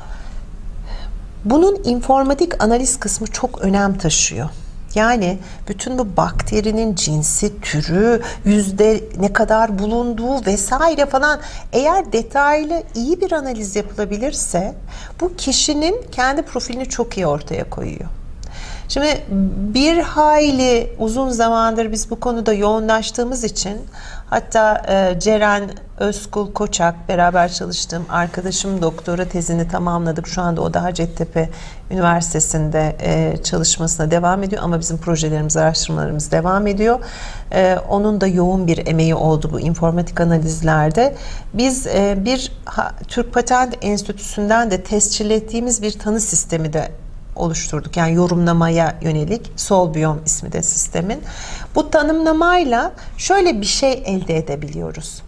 bunun informatik analiz kısmı çok önem taşıyor. Yani bütün bu bakterinin cinsi, türü, yüzde ne kadar bulunduğu vesaire falan, eğer detaylı iyi bir analiz yapılabilirse bu kişinin kendi profilini çok iyi ortaya koyuyor. Şimdi bir hayli uzun zamandır biz bu konuda yoğunlaştığımız için, hatta e, Ceren Özkul Koçak, beraber çalıştığım arkadaşım, doktora tezini tamamladık. Şu anda o da Hacettepe Üniversitesi'nde e, çalışmasına devam ediyor ama bizim projelerimiz, araştırmalarımız devam ediyor. E, onun da yoğun bir emeği oldu bu informatik analizlerde. Biz e, bir ha, Türk Patent Enstitüsü'nden de tescillettiğimiz bir tanı sistemi de oluşturduk. Yani yorumlamaya yönelik Solbiom ismi de sistemin. Bu tanımlamayla şöyle bir şey elde edebiliyoruz.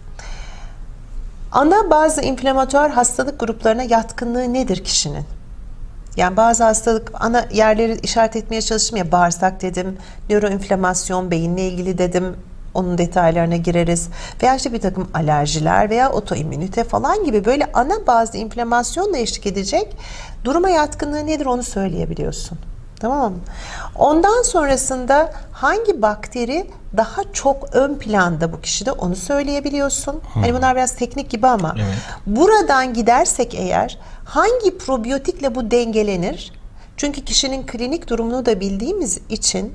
Ana bazı inflamatuar hastalık gruplarına yatkınlığı nedir kişinin? Yani bazı hastalık ana yerleri işaret etmeye çalıştım ya, bağırsak dedim, nöroinflamasyon, beyinle ilgili dedim. Onun detaylarına gireriz. Veya işte bir takım alerjiler veya otoimmünite falan gibi böyle ana bazı inflamasyonla eşlik edecek duruma yatkınlığı nedir, onu söyleyebiliyorsun. Tamam mı? Ondan sonrasında hangi bakteri daha çok ön planda bu kişide, onu söyleyebiliyorsun. Hmm. Hani bunlar biraz teknik gibi ama evet. buradan gidersek eğer hangi probiyotikle bu dengelenir? Çünkü kişinin klinik durumunu da bildiğimiz için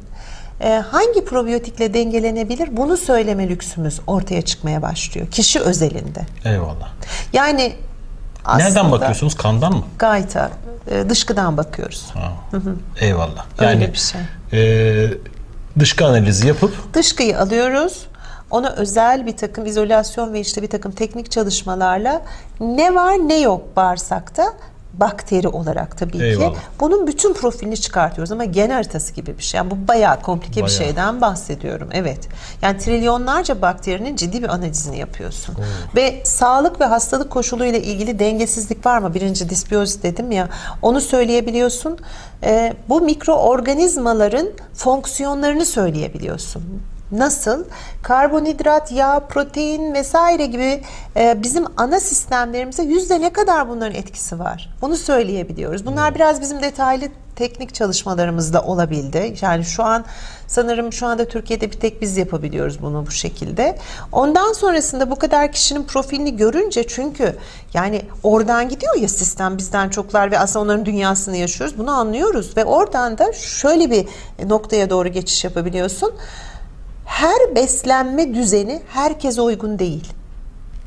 hangi probiyotikle dengelenebilir, bunu söyleme lüksümüz ortaya çıkmaya başlıyor kişi özelinde. Eyvallah. Yani nereden bakıyorsunuz? Kandan mı? Gayta. Dışkıdan bakıyoruz. Ha. Hı hı. Eyvallah. Yani öyle bir şey. E, dışkı analizi yapıp dışkıyı alıyoruz. Ona özel bir takım izolasyon ve işte bir takım teknik çalışmalarla ne var ne yok bağırsakta, bakteri olarak tabii Eyvallah. ki. Bunun bütün profilini çıkartıyoruz ama gen haritası gibi bir şey. Yani bu bayağı komplike bayağı. bir şeyden bahsediyorum. Evet. Yani trilyonlarca bakterinin ciddi bir analizini yapıyorsun. Oo. Ve sağlık ve hastalık koşuluyla ilgili dengesizlik var mı? Birinci disbiyozis dedim ya. Onu söyleyebiliyorsun. Ee, bu mikroorganizmaların fonksiyonlarını söyleyebiliyorsun. Nasıl? Karbonhidrat, yağ, protein vesaire gibi e, bizim ana sistemlerimize yüzde ne kadar bunların etkisi var? Bunu söyleyebiliyoruz. Bunlar biraz bizim detaylı teknik çalışmalarımızda olabildi. Yani şu an sanırım şu anda Türkiye'de bir tek biz yapabiliyoruz bunu bu şekilde. Ondan sonrasında bu kadar kişinin profilini görünce, çünkü yani oradan gidiyor ya sistem, bizden çoklar ve aslında onların dünyasını yaşıyoruz. Bunu anlıyoruz ve oradan da şöyle bir noktaya doğru geçiş yapabiliyorsun. Her beslenme düzeni herkese uygun değil.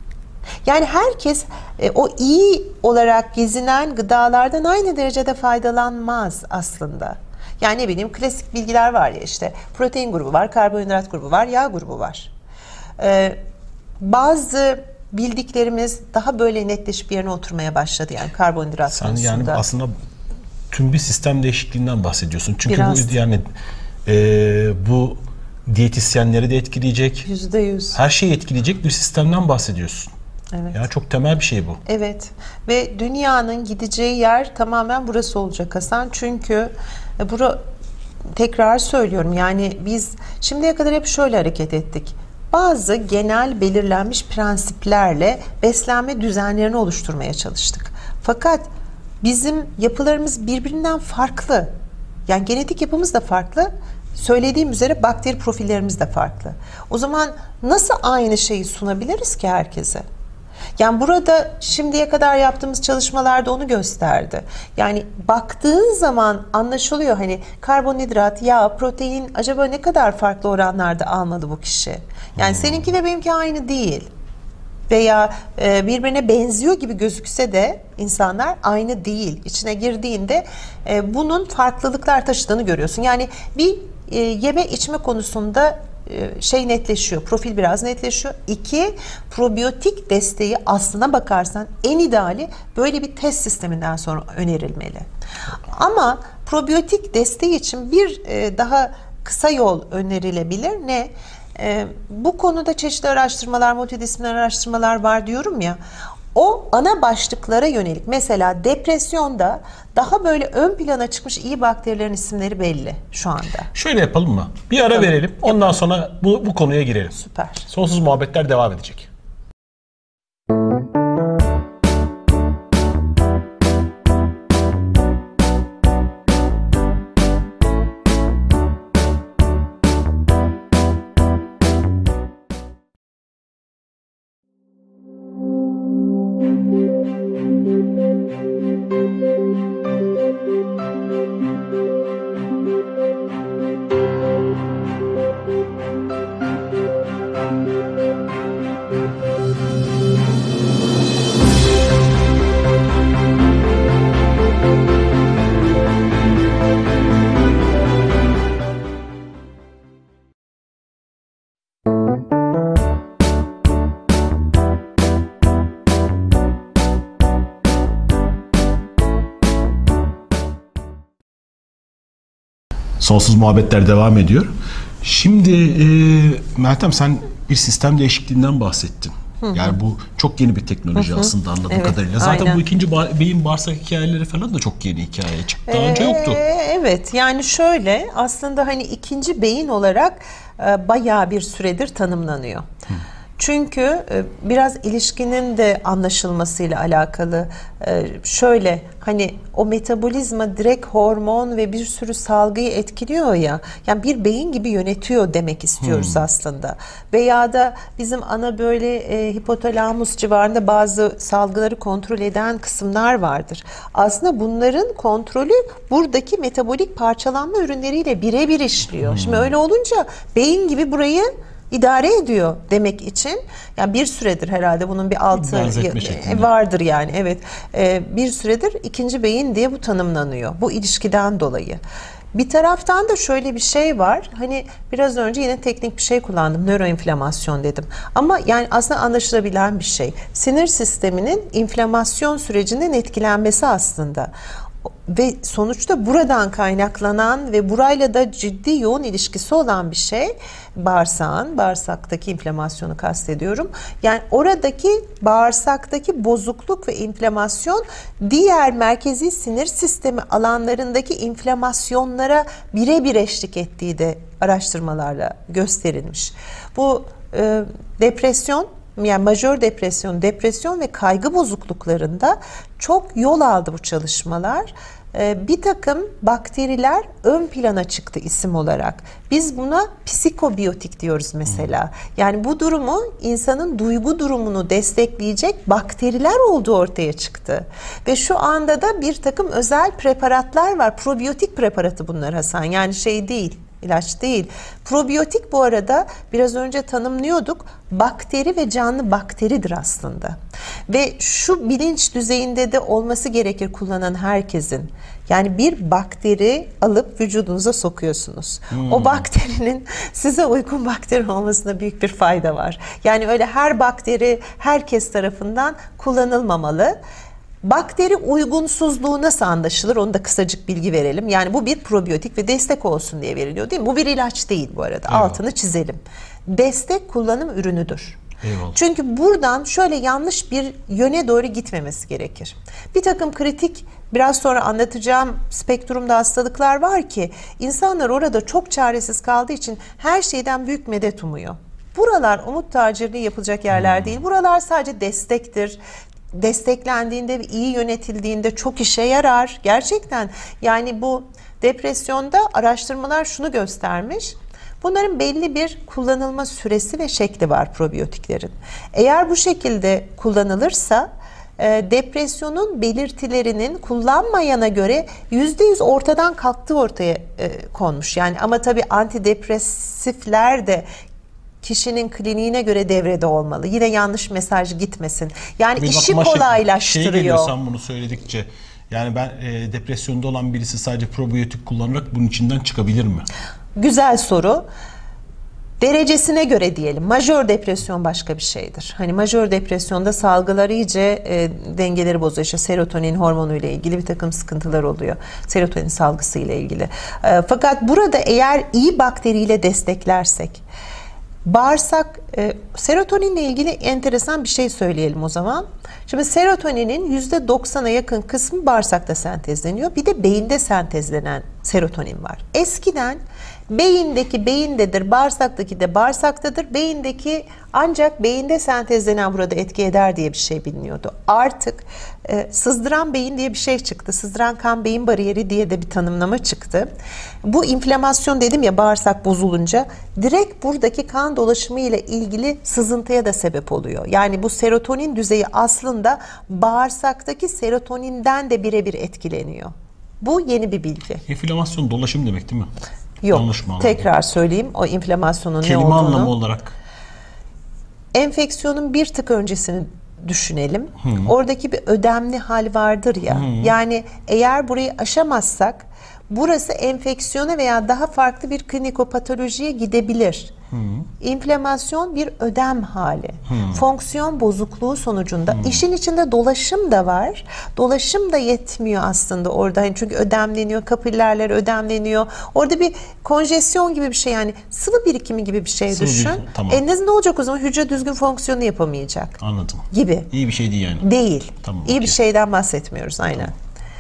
Yani herkes e, o iyi olarak gezinen gıdalardan aynı derecede faydalanmaz aslında. Yani ne bileyim, klasik bilgiler var ya, işte protein grubu var, karbonhidrat grubu var, yağ grubu var. Ee, bazı bildiklerimiz daha böyle netleşip yerine oturmaya başladı, yani karbonhidrat Sen konusunda. yani aslında tüm bir sistem değişikliğinden bahsediyorsun. Çünkü Biraz. bu yani e, bu diyetisyenleri de etkileyecek. Yüzde yüz. Her şeyi etkileyecek bir sistemden bahsediyorsun. Evet. Yani çok temel bir şey bu. Evet. Ve dünyanın gideceği yer tamamen burası olacak Hasan. Çünkü e, bura, tekrar söylüyorum, yani biz şimdiye kadar hep şöyle hareket ettik. Bazı genel belirlenmiş prensiplerle beslenme düzenlerini oluşturmaya çalıştık. Fakat bizim yapılarımız birbirinden farklı. Yani genetik yapımız da farklı. Söylediğim üzere bakteri profillerimiz de farklı. O zaman nasıl aynı şeyi sunabiliriz ki herkese? Yani burada şimdiye kadar yaptığımız çalışmalarda onu gösterdi. Yani baktığın zaman anlaşılıyor, hani karbonhidrat, yağ, protein acaba ne kadar farklı oranlarda almalı bu kişi? Yani hmm. seninki ve benimki aynı değil. Veya e, birbirine benziyor gibi gözükse de insanlar aynı değil. İçine girdiğinde e, bunun farklılıklar taşıdığını görüyorsun. Yani bir e, yeme içme konusunda şey netleşiyor, profil biraz netleşiyor. İki, probiyotik desteği aslına bakarsan en ideali böyle bir test sisteminden sonra önerilmeli. Ama probiyotik desteği için bir daha kısa yol önerilebilir. Ne? Bu konuda çeşitli araştırmalar, multidisipliner araştırmalar var diyorum ya. O ana başlıklara yönelik, mesela depresyonda daha böyle ön plana çıkmış iyi bakterilerin isimleri belli şu anda. Şöyle yapalım mı? Bir ara Yapalım. verelim. Ondan yapalım. Sonra bu, bu konuya girelim. Süper. Sonsuz muhabbetler devam edecek. Sonsuz muhabbetler devam ediyor. Şimdi e, Meltem, sen bir sistem değişikliğinden bahsettin. Hı hı. Yani bu çok yeni bir teknoloji hı hı. aslında anladığım evet, kadarıyla. Zaten aynen. Bu ikinci beyin bağırsak hikayeleri falan da çok yeni hikaye çıktı. Daha ee, önce yoktu. Evet, yani şöyle aslında hani ikinci beyin olarak e, bayağı bir süredir tanımlanıyor. Hı. Çünkü biraz ilişkinin de anlaşılmasıyla alakalı. Şöyle, hani o metabolizma direkt hormon ve bir sürü salgıyı etkiliyor ya. Yani bir beyin gibi yönetiyor demek istiyoruz hmm. aslında. Veya da bizim ana böyle e, hipotalamus civarında bazı salgıları kontrol eden kısımlar vardır. Aslında bunların kontrolü buradaki metabolik parçalanma ürünleriyle birebir işliyor. Hmm. Şimdi öyle olunca beyin gibi burayı idare ediyor demek için, yani bir süredir herhalde bunun bir altı vardır yani evet ee, bir süredir ikinci beyin diye bu tanımlanıyor bu ilişkiden dolayı. Bir taraftan da şöyle bir şey var, hani biraz önce yine teknik bir şey kullandım, nöroinflamasyon dedim ama yani aslında anlaşılabilen bir şey, sinir sisteminin inflamasyon sürecinden etkilenmesi aslında. Ve sonuçta buradan kaynaklanan ve burayla da ciddi yoğun ilişkisi olan bir şey bağırsağın, bağırsaktaki inflamasyonu kastediyorum. Yani oradaki bağırsaktaki bozukluk ve inflamasyon diğer merkezi sinir sistemi alanlarındaki inflamasyonlara birebir eşlik ettiği de araştırmalarla gösterilmiş. Bu e, depresyon, yani majör depresyon, depresyon ve kaygı bozukluklarında çok yol aldı bu çalışmalar. Ee, bir takım bakteriler ön plana çıktı isim olarak. Biz buna psikobiyotik diyoruz mesela. Yani bu durumu, insanın duygu durumunu destekleyecek bakteriler olduğu ortaya çıktı. Ve şu anda da bir takım özel preparatlar var. Probiyotik preparatı bunlar Hasan. Yani şey değil. İlaç değil. Probiyotik bu arada biraz önce tanımlıyorduk. Bakteri ve canlı bakteridir aslında. Ve şu bilinç düzeyinde de olması gerekir kullanan herkesin. Yani bir bakteri alıp vücudunuza sokuyorsunuz. Hmm. O bakterinin size uygun bakteri olmasına büyük bir fayda var. Yani öyle her bakteri herkes tarafından kullanılmamalı. Bakteri uygunsuzluğu nasıl anlaşılır? Onu da kısacık bilgi verelim. Yani bu bir probiyotik ve destek olsun diye veriliyor değil mi? Bu bir ilaç değil bu arada. Eyvallah. Altını çizelim. Destek kullanım ürünüdür. Eyvallah. Çünkü buradan şöyle yanlış bir yöne doğru gitmemesi gerekir. Bir takım kritik, biraz sonra anlatacağım spektrumda hastalıklar var ki insanlar orada çok çaresiz kaldığı için her şeyden büyük medet umuyor. Buralar umut tacirliği yapılacak yerler hmm. değil. Buralar sadece destektir. Desteklendiğinde ve iyi yönetildiğinde çok işe yarar. Gerçekten yani bu depresyonda araştırmalar şunu göstermiş. Bunların belli bir kullanılma süresi ve şekli var probiyotiklerin. Eğer bu şekilde kullanılırsa e, depresyonun belirtilerinin kullanmayana göre yüzde yüz ortadan kalktığı ortaya e, konmuş. Yani ama tabii antidepresifler de kişinin kliniğine göre devrede olmalı. Yine yanlış mesaj gitmesin. Yani bir işi kolaylaştırıyor. Şey geliyor sen bunu söyledikçe. Yani ben e, depresyonda olan birisi sadece probiyotik kullanarak bunun içinden çıkabilir mi? Güzel soru. Derecesine göre diyelim. Majör depresyon başka bir şeydir. Hani majör depresyonda salgılar iyice e, dengeleri bozuyor. İşte serotonin hormonu ile ilgili bir takım sıkıntılar oluyor. Serotonin salgısı ile ilgili. E, fakat burada eğer iyi bakteriyle desteklersek, bağırsak, e, serotoninle ilgili enteresan bir şey söyleyelim o zaman. Şimdi serotoninin yüzde doksana yakın kısmı bağırsakta sentezleniyor. Bir de beyinde sentezlenen serotonin var. Eskiden beyindeki beyindedir, bağırsaktaki de bağırsaktadır. Beyindeki ancak beyinde sentezlenen burada etki eder diye bir şey biliniyordu. Artık e, sızdıran beyin diye bir şey çıktı. Sızdıran kan beyin bariyeri diye de bir tanımlama çıktı. Bu inflamasyon dedim ya, bağırsak bozulunca direkt buradaki kan dolaşımı ile ilgili sızıntıya da sebep oluyor. Yani bu serotonin düzeyi aslında bağırsaktaki serotoninden de birebir etkileniyor. Bu yeni bir bilgi. İnflamasyon dolaşım demek değil mi? Yok. Tekrar söyleyeyim o inflamasyonun kelime ne olduğunu. Kelime anlamı olarak. Enfeksiyonun bir tık öncesini düşünelim. Hmm. Oradaki bir ödemli hal vardır ya. Hmm. Yani eğer burayı aşamazsak burası enfeksiyona veya daha farklı bir klinikopatolojiye gidebilir. Hmm. İnflamasyon bir ödem hali. Hmm. Fonksiyon bozukluğu sonucunda hmm. işin içinde dolaşım da var. Dolaşım da yetmiyor aslında orada. Çünkü ödemleniyor, kapillerler ödemleniyor. Orada bir konjesyon gibi bir şey, yani sıvı birikimi gibi bir şey sıvı düşün. Bir, tamam. E ne olacak o zaman? Hücre düzgün fonksiyonu yapamayacak. Anladım. Gibi. İyi bir şey değil yani. Değil. Tamam, İyi okay. bir şeyden bahsetmiyoruz aynen. Tamam.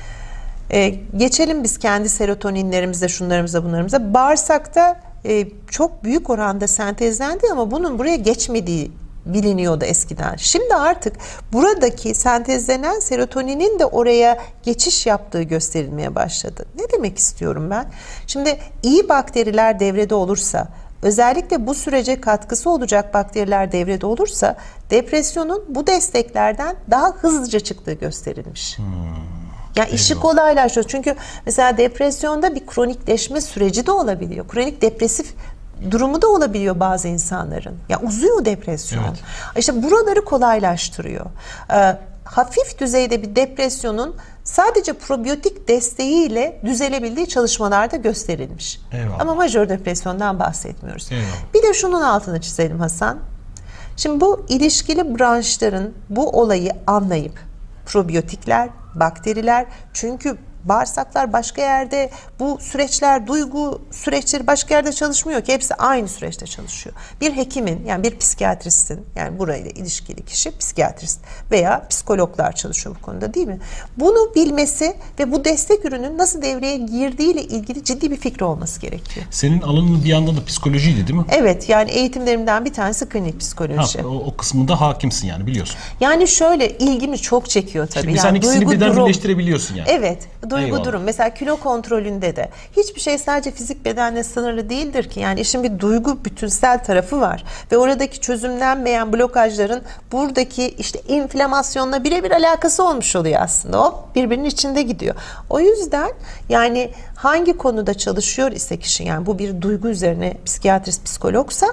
Ee, geçelim biz kendi serotoninlerimize, şunlarımıza, bunlarımıza. Bağırsakta e, çok büyük oranda sentezlendi ama bunun buraya geçmediği biliniyordu eskiden. Şimdi artık buradaki sentezlenen serotoninin de oraya geçiş yaptığı gösterilmeye başladı. Ne demek istiyorum ben? Şimdi iyi bakteriler devrede olursa, özellikle bu sürece katkısı olacak bakteriler devrede olursa, depresyonun bu desteklerden daha hızlıca çıktığı gösterilmiş. Hmm. Yani işi kolaylaştırıyor. Çünkü mesela depresyonda bir kronikleşme süreci de olabiliyor. Kronik depresif durumu da olabiliyor bazı insanların. Ya uzuyor depresyon. Evet. İşte buraları kolaylaştırıyor. Ee, hafif düzeyde bir depresyonun sadece probiyotik desteğiyle düzelebildiği çalışmalarda gösterilmiş. Eyvallah. Ama majör depresyondan bahsetmiyoruz. Eyvallah. Bir de şunun altını çizelim Hasan. Şimdi bu ilişkili branşların bu olayı anlayıp, probiyotikler, bakteriler, çünkü bağırsaklar başka yerde, bu süreçler, duygu süreçleri başka yerde çalışmıyor ki, hepsi aynı süreçte çalışıyor. Bir hekimin, yani bir psikiyatristin, yani burayla ilişkili kişi psikiyatrist veya psikologlar çalışıyor bu konuda, değil mi? Bunu bilmesi ve bu destek ürünün nasıl devreye girdiğiyle ilgili ciddi bir fikri olması gerekiyor. Senin alanın bir yandan da psikolojiydi değil mi? Evet, yani eğitimlerimden bir tanesi klinik psikoloji. Ha, o, o kısmında hakimsin yani, biliyorsun. Yani şöyle ilgimi çok çekiyor tabii. Şimdi yani sen ikisini birden durum, birleştirebiliyorsun yani. Evet. duygu Eyvallah. durum. Mesela kilo kontrolünde de hiçbir şey sadece fizik bedenle sınırlı değildir ki. Yani işin bir duygu bütünsel tarafı var. Ve oradaki çözümlenmeyen blokajların buradaki işte inflamasyonla birebir alakası olmuş oluyor aslında. O birbirinin içinde gidiyor. O yüzden yani hangi konuda çalışıyor ise kişi, yani bu bir duygu üzerine psikiyatrist, psikologsa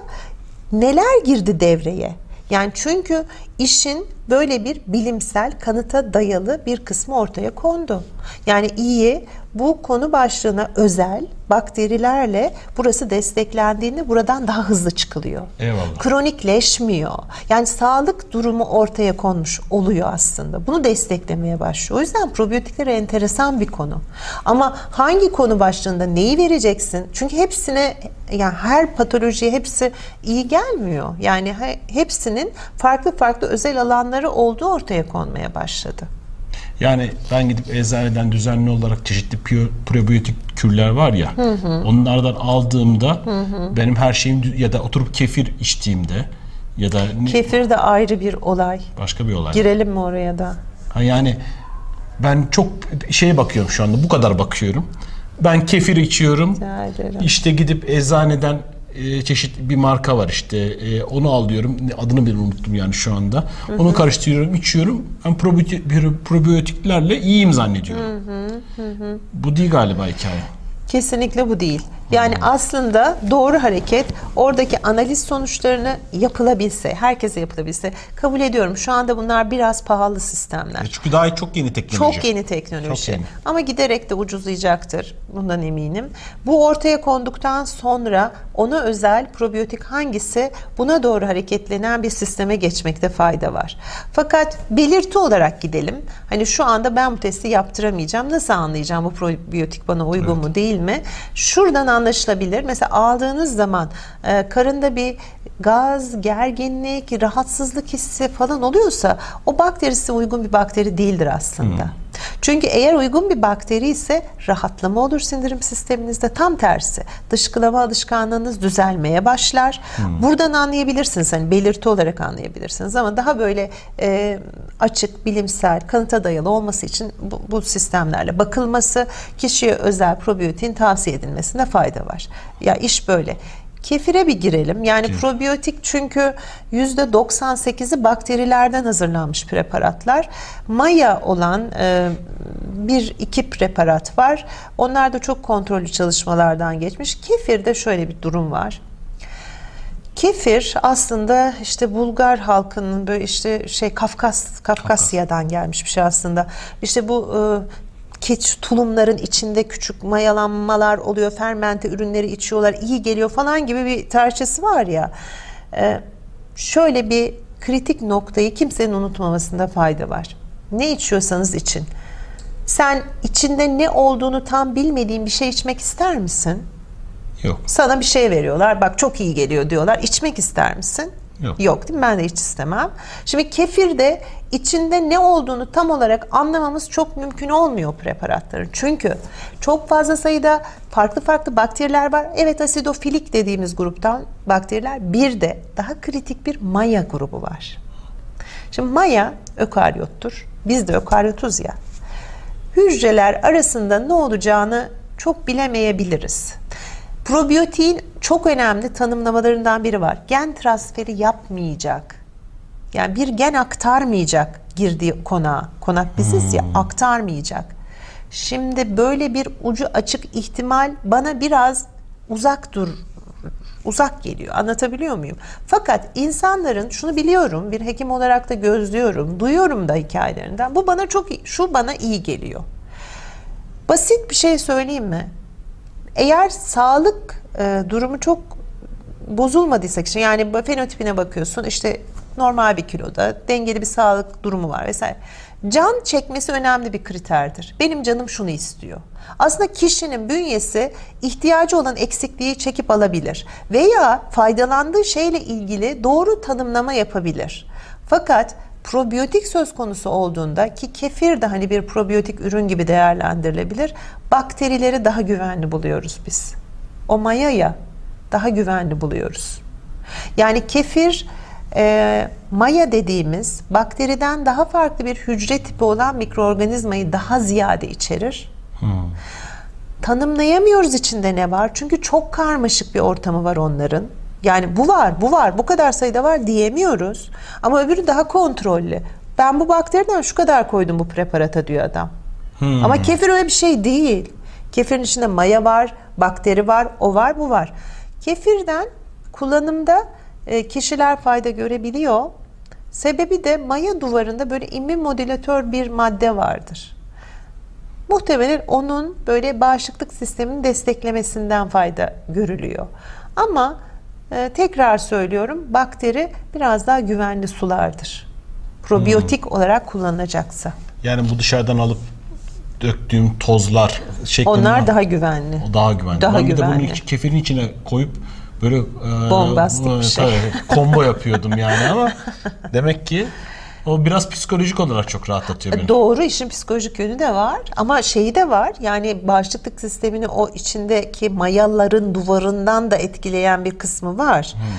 neler girdi devreye? Yani çünkü işin böyle bir bilimsel kanıta dayalı bir kısmı ortaya kondu. Yani iyi, bu konu başlığına özel bakterilerle burası desteklendiğinde buradan daha hızlı çıkılıyor. Eyvallah. Kronikleşmiyor. Yani sağlık durumu ortaya konmuş oluyor aslında. Bunu desteklemeye başlıyor. O yüzden probiyotikler enteresan bir konu. Ama hangi konu başlığında neyi vereceksin? Çünkü hepsine, yani her patolojiye hepsi iyi gelmiyor. Yani hepsinin farklı farklı özel alanları olduğu ortaya konmaya başladı. Yani ben gidip eczaneden düzenli olarak çeşitli probiyotik kürler var ya, hı hı. onlardan aldığımda hı hı. benim her şeyim, ya da oturup kefir içtiğimde ya da kefir de ayrı bir olay. Başka bir olay. Girelim mi oraya da? Ha yani ben çok şeye bakıyorum şu anda, bu kadar bakıyorum. Ben kefir içiyorum. İşte gidip eczaneden e, çeşitli bir marka var işte. E, onu alıyorum. Adını bile unuttum yani şu anda. Hı hı. Onu karıştırıyorum, içiyorum. Ben probiyotik, probiyotiklerle iyiyim zannediyorum. Hı hı hı. Bu değil galiba hikaye. Kesinlikle bu değil. Yani hmm. aslında doğru hareket oradaki analiz sonuçlarını yapılabilse, herkese yapılabilse, kabul ediyorum. Şu anda bunlar biraz pahalı sistemler. Çünkü daha çok yeni teknoloji. Çok yeni teknoloji. Çok yeni. Ama giderek de ucuzlayacaktır. Bundan eminim. Bu ortaya konduktan sonra ona özel probiyotik hangisi, buna doğru hareketlenen bir sisteme geçmekte fayda var. Fakat belirti olarak gidelim. Hani şu anda ben bu testi yaptıramayacağım. Nasıl anlayacağım bu probiyotik bana uygun evet. mu değil mi? Şuradan anlaşılabilir. Mesela aldığınız zaman e, karında bir gaz, gerginlik, rahatsızlık hissi falan oluyorsa o bakteri size uygun bir bakteri değildir aslında. Hmm. Çünkü eğer uygun bir bakteri ise rahatlama olur sindirim sisteminizde, tam tersi. Dışkılama alışkanlığınız düzelmeye başlar. Hmm. Buradan anlayabilirsiniz, hani belirti olarak anlayabilirsiniz, ama daha böyle e, açık, bilimsel, kanıta dayalı olması için bu, bu sistemlerle bakılması, kişiye özel probiyotin tavsiye edilmesine fayda var. Ya iş böyle. Kefire bir girelim. Yani Kefir. Probiyotik çünkü yüzde doksan sekizi bakterilerden hazırlanmış preparatlar. Maya olan e, bir iki preparat var. Onlar da çok kontrollü çalışmalardan geçmiş. Kefirde şöyle bir durum var. Kefir aslında işte Bulgar halkının böyle işte şey Kafkas Kafkasya'dan gelmiş bir şey aslında. İşte bu e, keçi tulumların içinde küçük mayalanmalar oluyor, fermente ürünleri içiyorlar, iyi geliyor falan gibi bir tarihçesi var ya. Ee, şöyle bir kritik noktayı kimsenin unutmamasında fayda var. Ne içiyorsanız için. Sen içinde ne olduğunu tam bilmediğin bir şey içmek ister misin? Yok. Sana bir şey veriyorlar, bak çok iyi geliyor diyorlar. İçmek ister misin? Yok. Yok değil mi? Ben de hiç istemem. Şimdi kefirde içinde ne olduğunu tam olarak anlamamız çok mümkün olmuyor preparatların. Çünkü çok fazla sayıda farklı farklı bakteriler var. Evet, asidofilik dediğimiz gruptan bakteriler. Bir de daha kritik bir maya grubu var. Şimdi maya ökaryottur. Biz de ökaryotuz ya. Hücreler arasında ne olacağını çok bilemeyebiliriz. Probiyotiğin çok önemli tanımlamalarından biri var. Gen transferi yapmayacak. Yani bir gen aktarmayacak girdiği konağa. Konak biziz hmm. ya, aktarmayacak. Şimdi böyle bir ucu açık ihtimal bana biraz uzak dur, uzak geliyor. Anlatabiliyor muyum? Fakat insanların, şunu biliyorum, bir hekim olarak da gözlüyorum, duyuyorum da hikayelerinden. Bu bana çok, şu bana iyi geliyor. Basit bir şey söyleyeyim mi? Eğer sağlık e, durumu çok bozulmadıysa kişi, yani fenotipine bakıyorsun, işte normal bir kiloda, dengeli bir sağlık durumu var vesaire. Can çekmesi önemli bir kriterdir. Benim canım şunu istiyor. Aslında kişinin bünyesi ihtiyacı olan eksikliği çekip alabilir veya faydalandığı şeyle ilgili doğru tanımlama yapabilir. Fakat probiyotik söz konusu olduğunda, ki kefir de hani bir probiyotik ürün gibi değerlendirilebilir, bakterileri daha güvenli buluyoruz biz. O mayaya daha güvenli buluyoruz. Yani kefir e, maya dediğimiz bakteriden daha farklı bir hücre tipi olan mikroorganizmayı daha ziyade içerir. tanımlayamıyoruz içinde ne var. Çünkü çok karmaşık bir ortamı var onların. Yani bu var, bu var, bu kadar sayıda var diyemiyoruz. Ama öbürü daha kontrollü. Ben bu bakteriden şu kadar koydum bu preparata diyor adam. Hmm. Ama kefir öyle bir şey değil. Kefirin içinde maya var, bakteri var, o var, bu var. Kefirden kullanımda e, kişiler fayda görebiliyor. Sebebi de maya duvarında böyle immünmodülatör bir madde vardır. Muhtemelen onun böyle bağışıklık sistemini desteklemesinden fayda görülüyor. Ama e, tekrar söylüyorum, bakteri biraz daha güvenli sulardır. Probiyotik hmm. olarak kullanılacaksa. Yani bu dışarıdan alıp döktüğüm tozlar şeklinde. Onlar daha güvenli. O daha güvenli. Daha ben güvenli. bir de bunu kefirin içine koyup böyle bombastik e, bir şey. Tabii, combo yapıyordum yani ama demek ki o biraz psikolojik olarak çok rahatlatıyor beni. Doğru, işin psikolojik yönü de var ama şeyi de var. Yani bağışıklık sistemini o içindeki mayaların duvarından da etkileyen bir kısmı var. Hmm.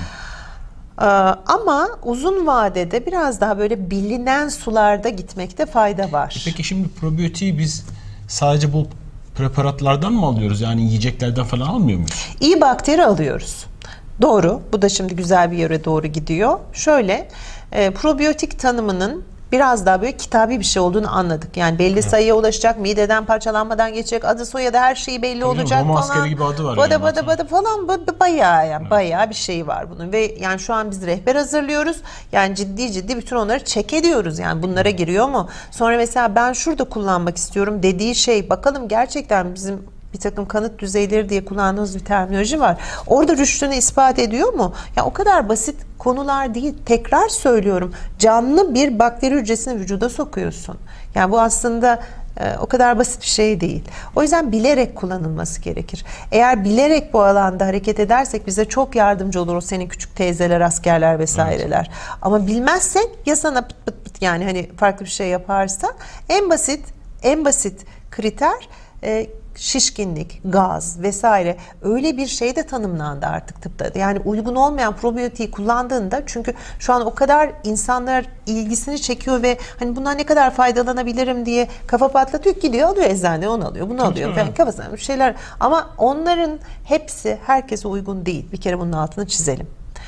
Ee, ama uzun vadede biraz daha böyle bilinen sularda gitmekte fayda var. Peki şimdi probiyotiği biz sadece bu preparatlardan mı alıyoruz? Yani yiyeceklerden falan almıyor muyuz? İyi bakteri alıyoruz. Doğru. Bu da şimdi güzel bir yere doğru gidiyor. Şöyle, e, probiyotik tanımının biraz daha böyle kitabi bir şey olduğunu anladık. Yani belli evet. sayıya ulaşacak, mideden parçalanmadan geçecek, adı soyadı her şeyi belli Tabii olacak Roma falan. gibi adı var. Bada yani bada bada falan bayağı yani evet. bayağı bir şey var bunun ve yani şu an biz rehber hazırlıyoruz. Yani ciddi ciddi bütün onları check ediyoruz. Yani bunlara giriyor mu? Sonra mesela ben şurada kullanmak istiyorum dediği şey, bakalım gerçekten bizim bir takım kanıt düzeyleri diye kullandığımız bir terminoloji var. Orada rüştünü ispat ediyor mu? Ya o kadar basit konular değil. Tekrar söylüyorum. Canlı bir bakteri hücresini vücuda sokuyorsun. Yani bu aslında e, o kadar basit bir şey değil. O yüzden bilerek kullanılması gerekir. Eğer bilerek bu alanda hareket edersek bize çok yardımcı olur o senin küçük teyzeler, askerler vesaireler. Evet. Ama bilmezsek ya sana pıt pıt pıt yani hani farklı bir şey yaparsa en basit en basit kriter e, şişkinlik, gaz vesaire öyle bir şey de tanımlandı artık tıpta. Yani uygun olmayan probiyotiği kullandığında, çünkü şu an o kadar insanlar ilgisini çekiyor ve hani bundan ne kadar faydalanabilirim diye kafa patlatıyor, gidiyor alıyor eczaneye, onu alıyor, bunu alıyor falan kafasına bir şeyler. Ama onların hepsi herkese uygun değil. Bir kere bunun altını çizelim.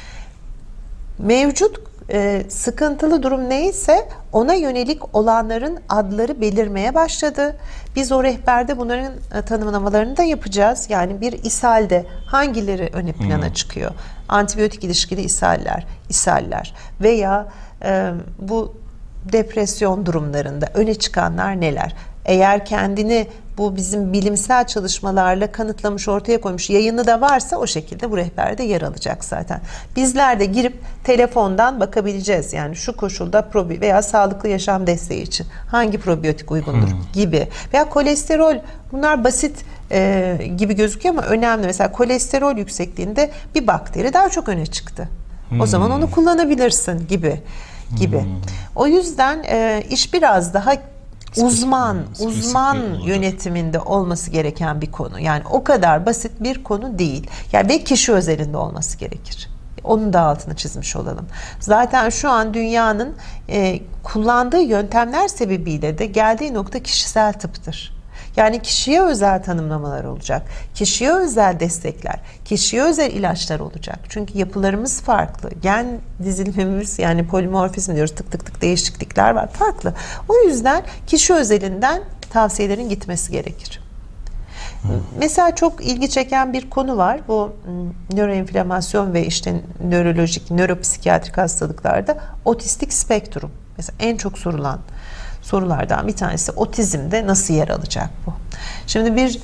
Mevcut e, sıkıntılı durum neyse ona yönelik olanların adları belirmeye başladı. Biz o rehberde bunların e, tanımlamalarını da yapacağız. Yani bir ishalde hangileri öne plana hmm. çıkıyor? Antibiyotik ilişkili ishaller, ishaller veya e, bu depresyon durumlarında öne çıkanlar neler? Eğer kendini bu bizim bilimsel çalışmalarla kanıtlamış, ortaya koymuş, yayını da varsa o şekilde bu rehberde yer alacak zaten. Bizler de girip telefondan bakabileceğiz. Yani şu koşulda probi veya sağlıklı yaşam desteği için hangi probiyotik uygundur hmm. gibi. Veya kolesterol, bunlar basit e, gibi gözüküyor ama önemli. Mesela kolesterol yüksekliğinde bir bakteri daha çok öne çıktı. Hmm. O zaman onu kullanabilirsin gibi gibi. Hmm. O yüzden e, iş biraz daha uzman, uzman yönetiminde olması gereken bir konu. Yani o kadar basit bir konu değil. Yani ve kişi özelinde olması gerekir. Onun da altını çizmiş olalım. Zaten şu an dünyanın e, kullandığı yöntemler sebebiyle de geldiği nokta kişisel tıptır. Yani kişiye özel tanımlamalar olacak. Kişiye özel destekler, kişiye özel ilaçlar olacak. Çünkü yapılarımız farklı. Gen dizilimimiz, yani polimorfizm diyoruz, tık tık tık değişiklikler var. Farklı. O yüzden kişi özelinden tavsiyelerin gitmesi gerekir. Hmm. Mesela çok ilgi çeken bir konu var. Bu nöroinflamasyon ve işte nörolojik, nöropsikiyatrik hastalıklarda otistik spektrum. Mesela en çok sorulan sorulardan bir tanesi, otizmde nasıl yer alacak bu? Şimdi bir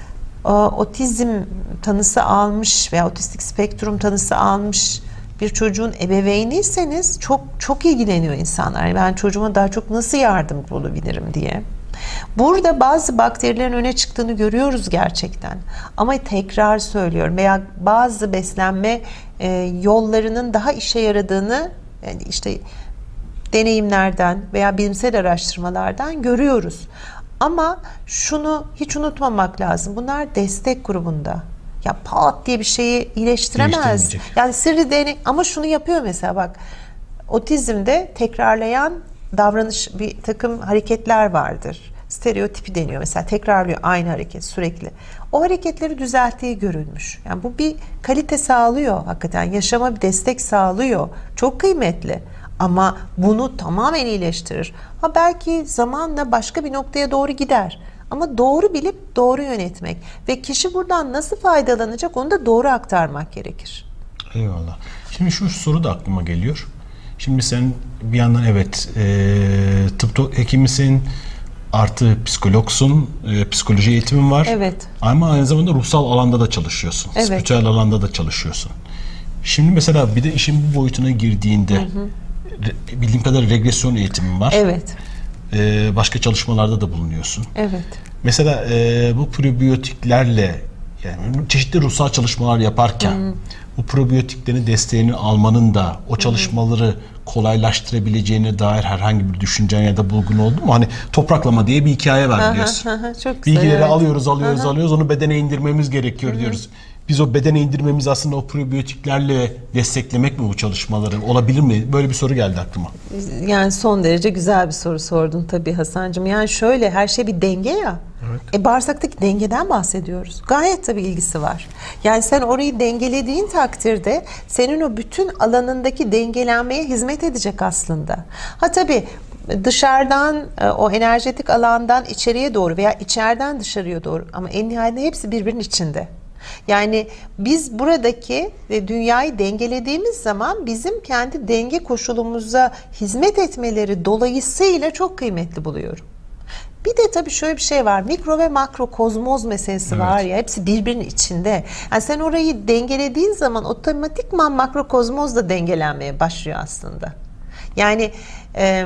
o, otizm tanısı almış veya otistik spektrum tanısı almış bir çocuğun ebeveyniyseniz çok çok ilgileniyor insanlar. Yani ben çocuğuma daha çok nasıl yardımcı olabilirim diye. Burada bazı bakterilerin öne çıktığını görüyoruz gerçekten. Ama tekrar söylüyorum, veya bazı beslenme e, yollarının daha işe yaradığını, yani işte deneyimlerden veya bilimsel araştırmalardan görüyoruz. Ama şunu hiç unutmamak lazım. Bunlar destek grubunda. Ya pat diye bir şeyi iyileştiremez. Yani sırrı deney, ama şunu yapıyor mesela, bak. Otizmde tekrarlayan davranış, bir takım hareketler vardır. stereotipi deniyor. Mesela tekrarlıyor aynı hareket sürekli. O hareketleri düzelttiği görülmüş. Yani bu bir kalite sağlıyor hakikaten. Yaşama bir destek sağlıyor. Çok kıymetli. Ama bunu tamamen iyileştirir. Ha belki zamanla başka bir noktaya doğru gider. Ama doğru bilip doğru yönetmek ve kişi buradan nasıl faydalanacak onu da doğru aktarmak gerekir. Eyvallah. Şimdi şu soru da aklıma geliyor. Şimdi sen bir yandan evet e, tıp hekimisin, artı psikologsun, e, psikoloji eğitimin var. Evet. Ama aynı zamanda ruhsal alanda da çalışıyorsun. Evet. Spiritüel alanda da çalışıyorsun. Şimdi mesela bir de işin bu boyutuna girdiğinde, hı hı. Re, bildiğim kadar regresyon eğitimin var. Evet. E, başka çalışmalarda da bulunuyorsun. Evet. Mesela e, bu probiyotiklerle yani çeşitli ruhsal çalışmalar yaparken hı. bu probiyotiklerin desteğini almanın da o çalışmaları hı. kolaylaştırabileceğine dair herhangi bir düşüncen ya da bulgun oldu mu? Hani topraklama diye bir hikaye var biliyorsun. Aha, aha, çok güzel, bilgileri evet. alıyoruz, alıyoruz, aha. alıyoruz. Onu bedene indirmemiz gerekiyor Hı-hı. diyoruz. Biz o bedene indirmemiz aslında o probiyotiklerle desteklemek mi bu çalışmaları? Olabilir mi? Böyle bir soru geldi aklıma. Yani son derece güzel bir soru sordun tabii Hasan'cığım. Yani şöyle, her şey bir denge ya. Evet. E bağırsaktaki dengeden bahsediyoruz. Gayet tabii ilgisi var. Yani sen orayı dengelediğin takdirde senin o bütün alanındaki dengelenmeye hizmet edecek aslında. Ha tabii dışarıdan, o enerjetik alandan içeriye doğru veya içeriden dışarıya doğru, ama en nihayetinde hepsi birbirinin içinde. Yani biz buradaki ve dünyayı dengelediğimiz zaman bizim kendi denge koşulumuza hizmet etmeleri dolayısıyla çok kıymetli buluyorum. Bir de tabii şöyle bir şey var. Mikro ve makro kozmoz meselesi evet. var ya. Hepsi birbirinin içinde. Yani sen orayı dengelediğin zaman otomatikman makro kozmoz da dengelenmeye başlıyor aslında. Yani e,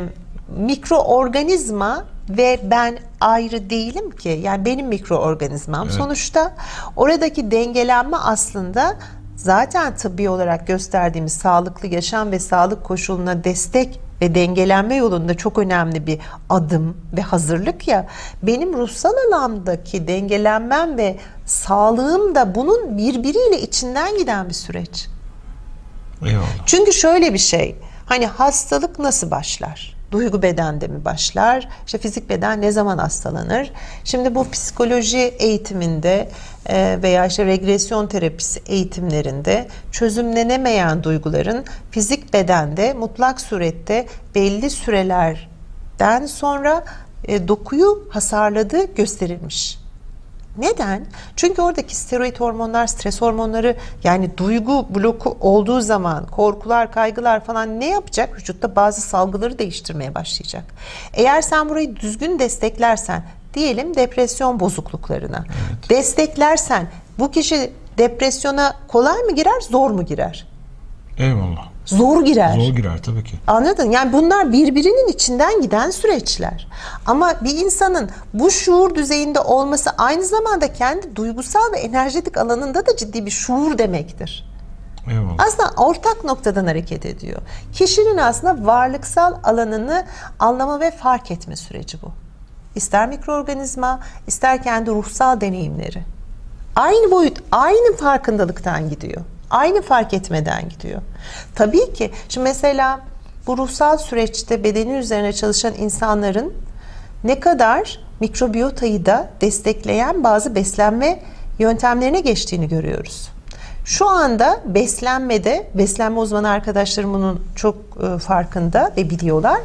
mikroorganizma ve ben ayrı değilim ki. Yani benim mikroorganizmam. Evet. Sonuçta oradaki dengelenme aslında zaten tıbbi olarak gösterdiğimiz sağlıklı yaşam ve sağlık koşuluna destek ve dengelenme yolunda çok önemli bir adım ve hazırlık ya. Benim ruhsal alandaki dengelenmem ve sağlığım da bunun birbiriyle içinden giden bir süreç. Eyvallah. Çünkü şöyle bir şey. Hani hastalık nasıl başlar? Duygu bedende mi başlar? İşte fizik beden ne zaman hastalanır? Şimdi bu psikoloji eğitiminde veya işte regresyon terapisi eğitimlerinde çözümlenemeyen duyguların fizik bedende mutlak surette belli sürelerden sonra dokuyu hasarladığı gösterilmiş. Neden? Çünkü oradaki steroid hormonlar, stres hormonları, yani duygu bloku olduğu zaman korkular, kaygılar falan ne yapacak? Vücutta bazı salgıları değiştirmeye başlayacak. Eğer sen burayı düzgün desteklersen, diyelim depresyon bozukluklarına evet. desteklersen, bu kişi depresyona kolay mı girer, zor mu girer? Eyvallah. Zor girer. Zor girer tabii ki. Anladın? Yani bunlar birbirinin içinden giden süreçler. Ama bir insanın bu şuur düzeyinde olması aynı zamanda kendi duygusal ve enerjetik alanında da ciddi bir şuur demektir. Eyvallah. Aslında ortak noktadan hareket ediyor. Kişinin aslında varlıksal alanını anlama ve fark etme süreci bu. İster mikroorganizma, ister kendi ruhsal deneyimleri. Aynı boyut, aynı farkındalıktan gidiyor. Aynı fark etmeden gidiyor. Tabii ki şimdi mesela bu ruhsal süreçte bedeni üzerine çalışan insanların ne kadar mikrobiyotayı da destekleyen bazı beslenme yöntemlerine geçtiğini görüyoruz. Şu anda beslenmede, beslenme uzmanı arkadaşlarım bunun çok farkında ve biliyorlar.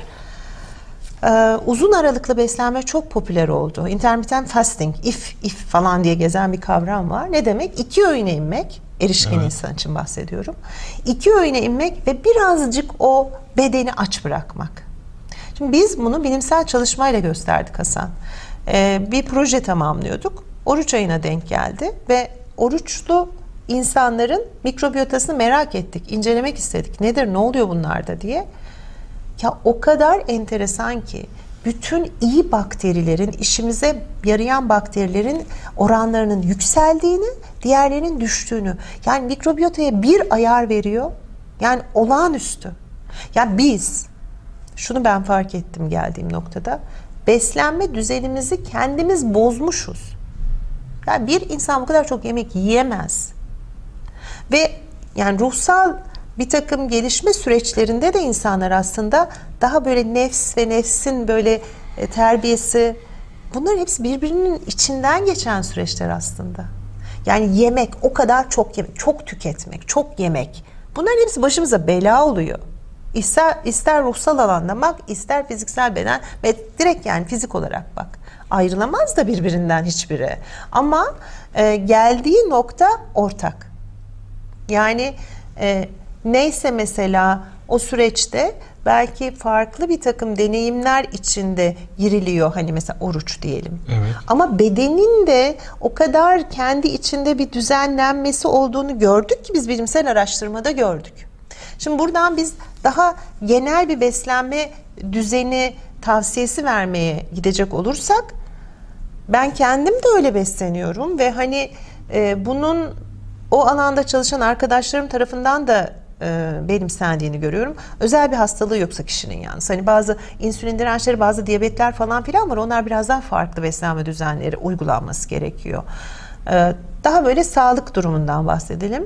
Ee, uzun aralıklı beslenme çok popüler oldu. Intermittent fasting, if, if falan diye gezen bir kavram var. Ne demek? İki öğüne inmek, erişkin evet. insan için bahsediyorum. İki öğüne inmek ve birazcık o bedeni aç bırakmak. Şimdi biz bunu bilimsel çalışmayla gösterdik Hasan. Ee, bir proje tamamlıyorduk. Oruç ayına denk geldi ve oruçlu insanların mikrobiyotasını merak ettik, incelemek istedik. Nedir, ne oluyor bunlarda diye. Ya o kadar enteresan ki bütün iyi bakterilerin, işimize yarayan bakterilerin oranlarının yükseldiğini, diğerlerinin düştüğünü. Yani mikrobiyotaya bir ayar veriyor. Yani olağanüstü. Yani biz, şunu ben fark ettim geldiğim noktada, beslenme düzenimizi kendimiz bozmuşuz. Yani bir insan bu kadar çok yemek yiyemez. Ve yani ruhsal bir takım gelişme süreçlerinde de insanlar aslında daha böyle nefs ve nefsin böyle terbiyesi Bunların hepsi birbirinin içinden geçen süreçler aslında. Yani yemek, o kadar çok yemek, çok tüketmek, çok yemek. Bunların hepsi başımıza bela oluyor. İster, ister ruhsal alanda bak, ister fiziksel beden ve direkt yani fizik olarak bak. Ayrılamaz da birbirinden hiçbiri. Ama e, geldiği nokta ortak. Yani e, neyse mesela o süreçte belki farklı bir takım deneyimler içinde giriliyor. Hani mesela oruç diyelim. Evet. Ama bedenin de o kadar kendi içinde bir düzenlenmesi olduğunu gördük ki biz bilimsel araştırmada gördük. Şimdi buradan biz daha genel bir beslenme düzeni tavsiyesi vermeye gidecek olursak ben kendim de öyle besleniyorum ve hani e, bunun o alanda çalışan arkadaşlarım tarafından da e, benimsendiğini görüyorum. Özel bir hastalığı yoksa kişinin yalnız. Hani bazı insülin dirençleri, bazı diyabetler falan filan var. Onlar biraz daha farklı beslenme düzenleri uygulanması gerekiyor. E, daha böyle sağlık durumundan bahsedelim.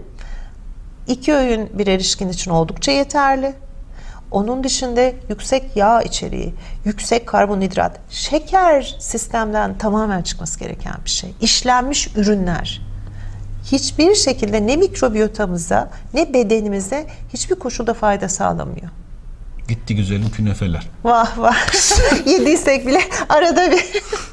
İki öğün bir erişkin için oldukça yeterli. Onun dışında yüksek yağ içeriği, yüksek karbonhidrat, şeker sistemden tamamen çıkması gereken bir şey. İşlenmiş ürünler. Hiçbir şekilde ne mikrobiyotamıza ne bedenimize hiçbir koşulda fayda sağlamıyor. Gitti güzelim künefeler. Vah vah. Yediysek bile arada bir.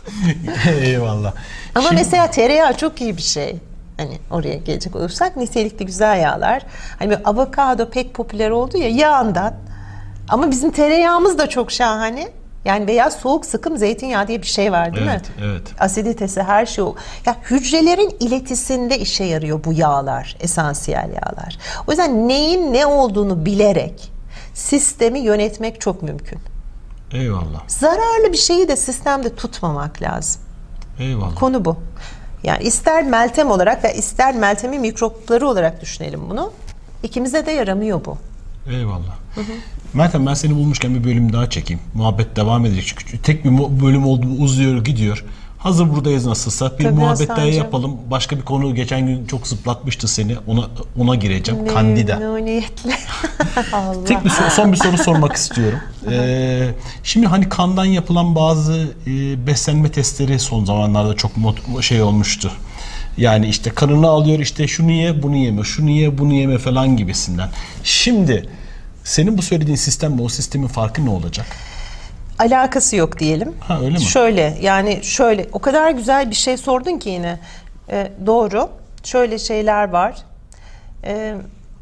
Eyvallah. Ama Şimdi... mesela tereyağı çok iyi bir şey. Hani oraya gelecek olursak nitelikli güzel yağlar. Hani avokado pek popüler oldu ya yağından. Ama bizim tereyağımız da çok şahane. Yani veya soğuk sıkım zeytinyağı diye bir şey var değil evet, mi? Evet. Asiditesi her şey o. Ya hücrelerin iletisinde işe yarıyor bu yağlar, esansiyel yağlar. O yüzden neyin ne olduğunu bilerek sistemi yönetmek çok mümkün. Eyvallah. Zararlı bir şeyi de sistemde tutmamak lazım. Eyvallah. Konu bu. Yani ister Meltem olarak ve ister Meltem'in mikropları olarak düşünelim bunu. İkimize de yaramıyor bu. Eyvallah. Hı hı. Meltem ben seni bulmuşken bir bölüm daha çekeyim. Muhabbet devam edecek çünkü tek bir bölüm oldu uzuyor gidiyor. Hazır buradayız nasılsa bir Tabii muhabbet daha Hasan'cığım. yapalım. Başka bir konu geçen gün çok zıplatmıştı seni. Ona ona gireceğim. Kandida. Memnuniyetle. Allah. Tek bir soru, son bir soru sormak istiyorum. Ee, şimdi hani kandan yapılan bazı e, beslenme testleri son zamanlarda çok mod, şey olmuştu. Yani işte kanını alıyor işte şunu ye bunu yeme, şunu ye bunu yeme falan gibisinden. Şimdi senin bu söylediğin sistemle o sistemin farkı ne olacak? Alakası yok diyelim. Ha öyle mi? Şöyle yani şöyle o kadar güzel bir şey sordun ki yine. Ee, doğru. Şöyle şeyler var. Ee,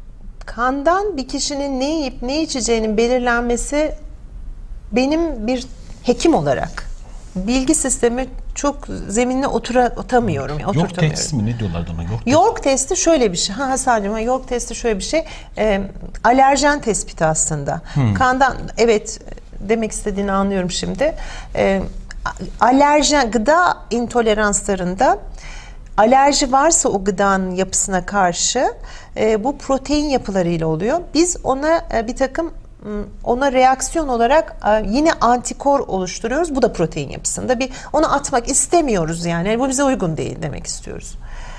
kandan bir kişinin ne yiyip ne içeceğinin belirlenmesi benim bir hekim olarak bilgi sistemi çok zeminine oturtamıyorum. York testi mi? Ne diyorlardı ona? York, York testi şöyle bir şey. Ha Hasan'cığım, York testi şöyle bir şey. E, alerjen tespiti aslında. Hmm. Kandan, evet demek istediğini anlıyorum şimdi. E, alerjen, gıda intoleranslarında alerji varsa o gıdanın yapısına karşı e, bu protein yapılarıyla oluyor. Biz ona e, bir takım ona reaksiyon olarak yine antikor oluşturuyoruz. Bu da protein yapısında. Bir onu atmak istemiyoruz yani. yani. Bu bize uygun değil demek istiyoruz.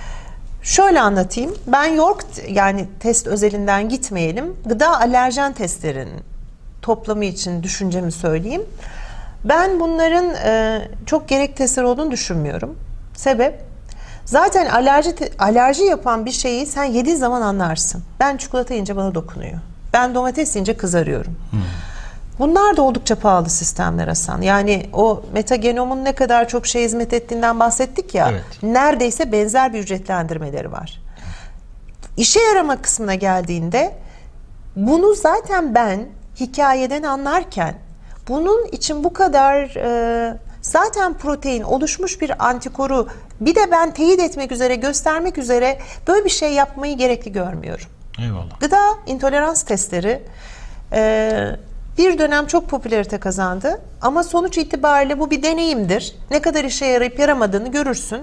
Şöyle anlatayım. Ben York yani test özelinden gitmeyelim. Gıda alerjen testlerinin toplamı için düşüncemi söyleyeyim. Ben bunların e, çok gerek testler olduğunu düşünmüyorum. Sebep? Zaten alerji alerji yapan bir şeyi sen yediğin zaman anlarsın. Ben çikolata yiyince bana dokunuyor. Ben domates yiyince kızarıyorum. Hmm. Bunlar da oldukça pahalı sistemler Hasan. Yani o metagenomun ne kadar çok şey hizmet ettiğinden bahsettik ya. Evet. Neredeyse benzer bir ücretlendirmeleri var. İşe yarama kısmına geldiğinde bunu zaten ben hikayeden anlarken bunun için bu kadar e, zaten protein oluşmuş bir antikoru bir de ben teyit etmek üzere göstermek üzere böyle bir şey yapmayı gerekli görmüyorum. Eyvallah. Gıda intolerans testleri e, bir dönem çok popülarite kazandı ama sonuç itibariyle bu bir deneyimdir. Ne kadar işe yarayıp yaramadığını görürsün.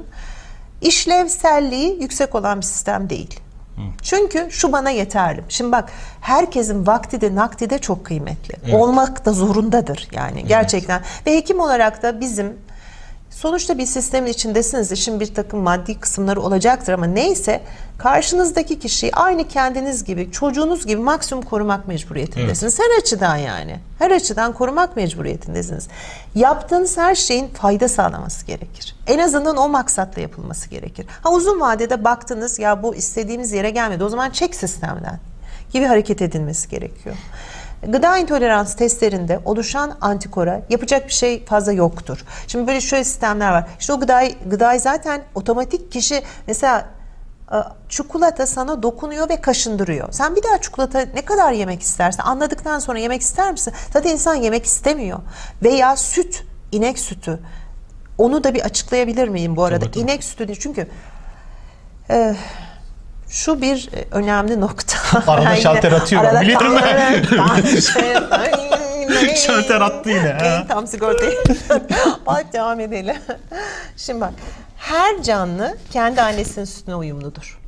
İşlevselliği yüksek olan bir sistem değil. Hı. Çünkü şu bana yeterli. Şimdi bak herkesin vakti de nakdi de çok kıymetli. Evet. Olmak da zorundadır yani gerçekten. Evet. Ve hekim olarak da bizim Sonuçta bir sistemin içindesiniz. İşin bir takım maddi kısımları olacaktır ama neyse, karşınızdaki kişiyi aynı kendiniz gibi, çocuğunuz gibi maksimum korumak mecburiyetindesiniz. Evet. Her açıdan yani. Her açıdan korumak mecburiyetindesiniz. Yaptığınız her şeyin fayda sağlaması gerekir. En azından o maksatla yapılması gerekir. Ha, uzun vadede baktınız ya bu istediğimiz yere gelmedi. O zaman çek sistemden gibi hareket edilmesi gerekiyor. Gıda intolerans testlerinde oluşan antikora yapacak bir şey fazla yoktur. Şimdi böyle şöyle sistemler var. İşte o gıdayı, gıdayı zaten otomatik kişi mesela çikolata sana dokunuyor ve kaşındırıyor. Sen bir daha çikolata ne kadar yemek istersen anladıktan sonra yemek ister misin? Zaten insan yemek istemiyor. Veya süt, inek sütü. Onu da bir açıklayabilir miyim bu arada? Tabii, İnek sütü değil. Çünkü e, şu bir önemli nokta. Arada şalter atıyor. Arada Biliyorum ben. Şalter Şalter attı yine. Tam sigortayı. Bak devam edelim. Şimdi bak. Her canlı kendi annesinin sütüne uyumludur.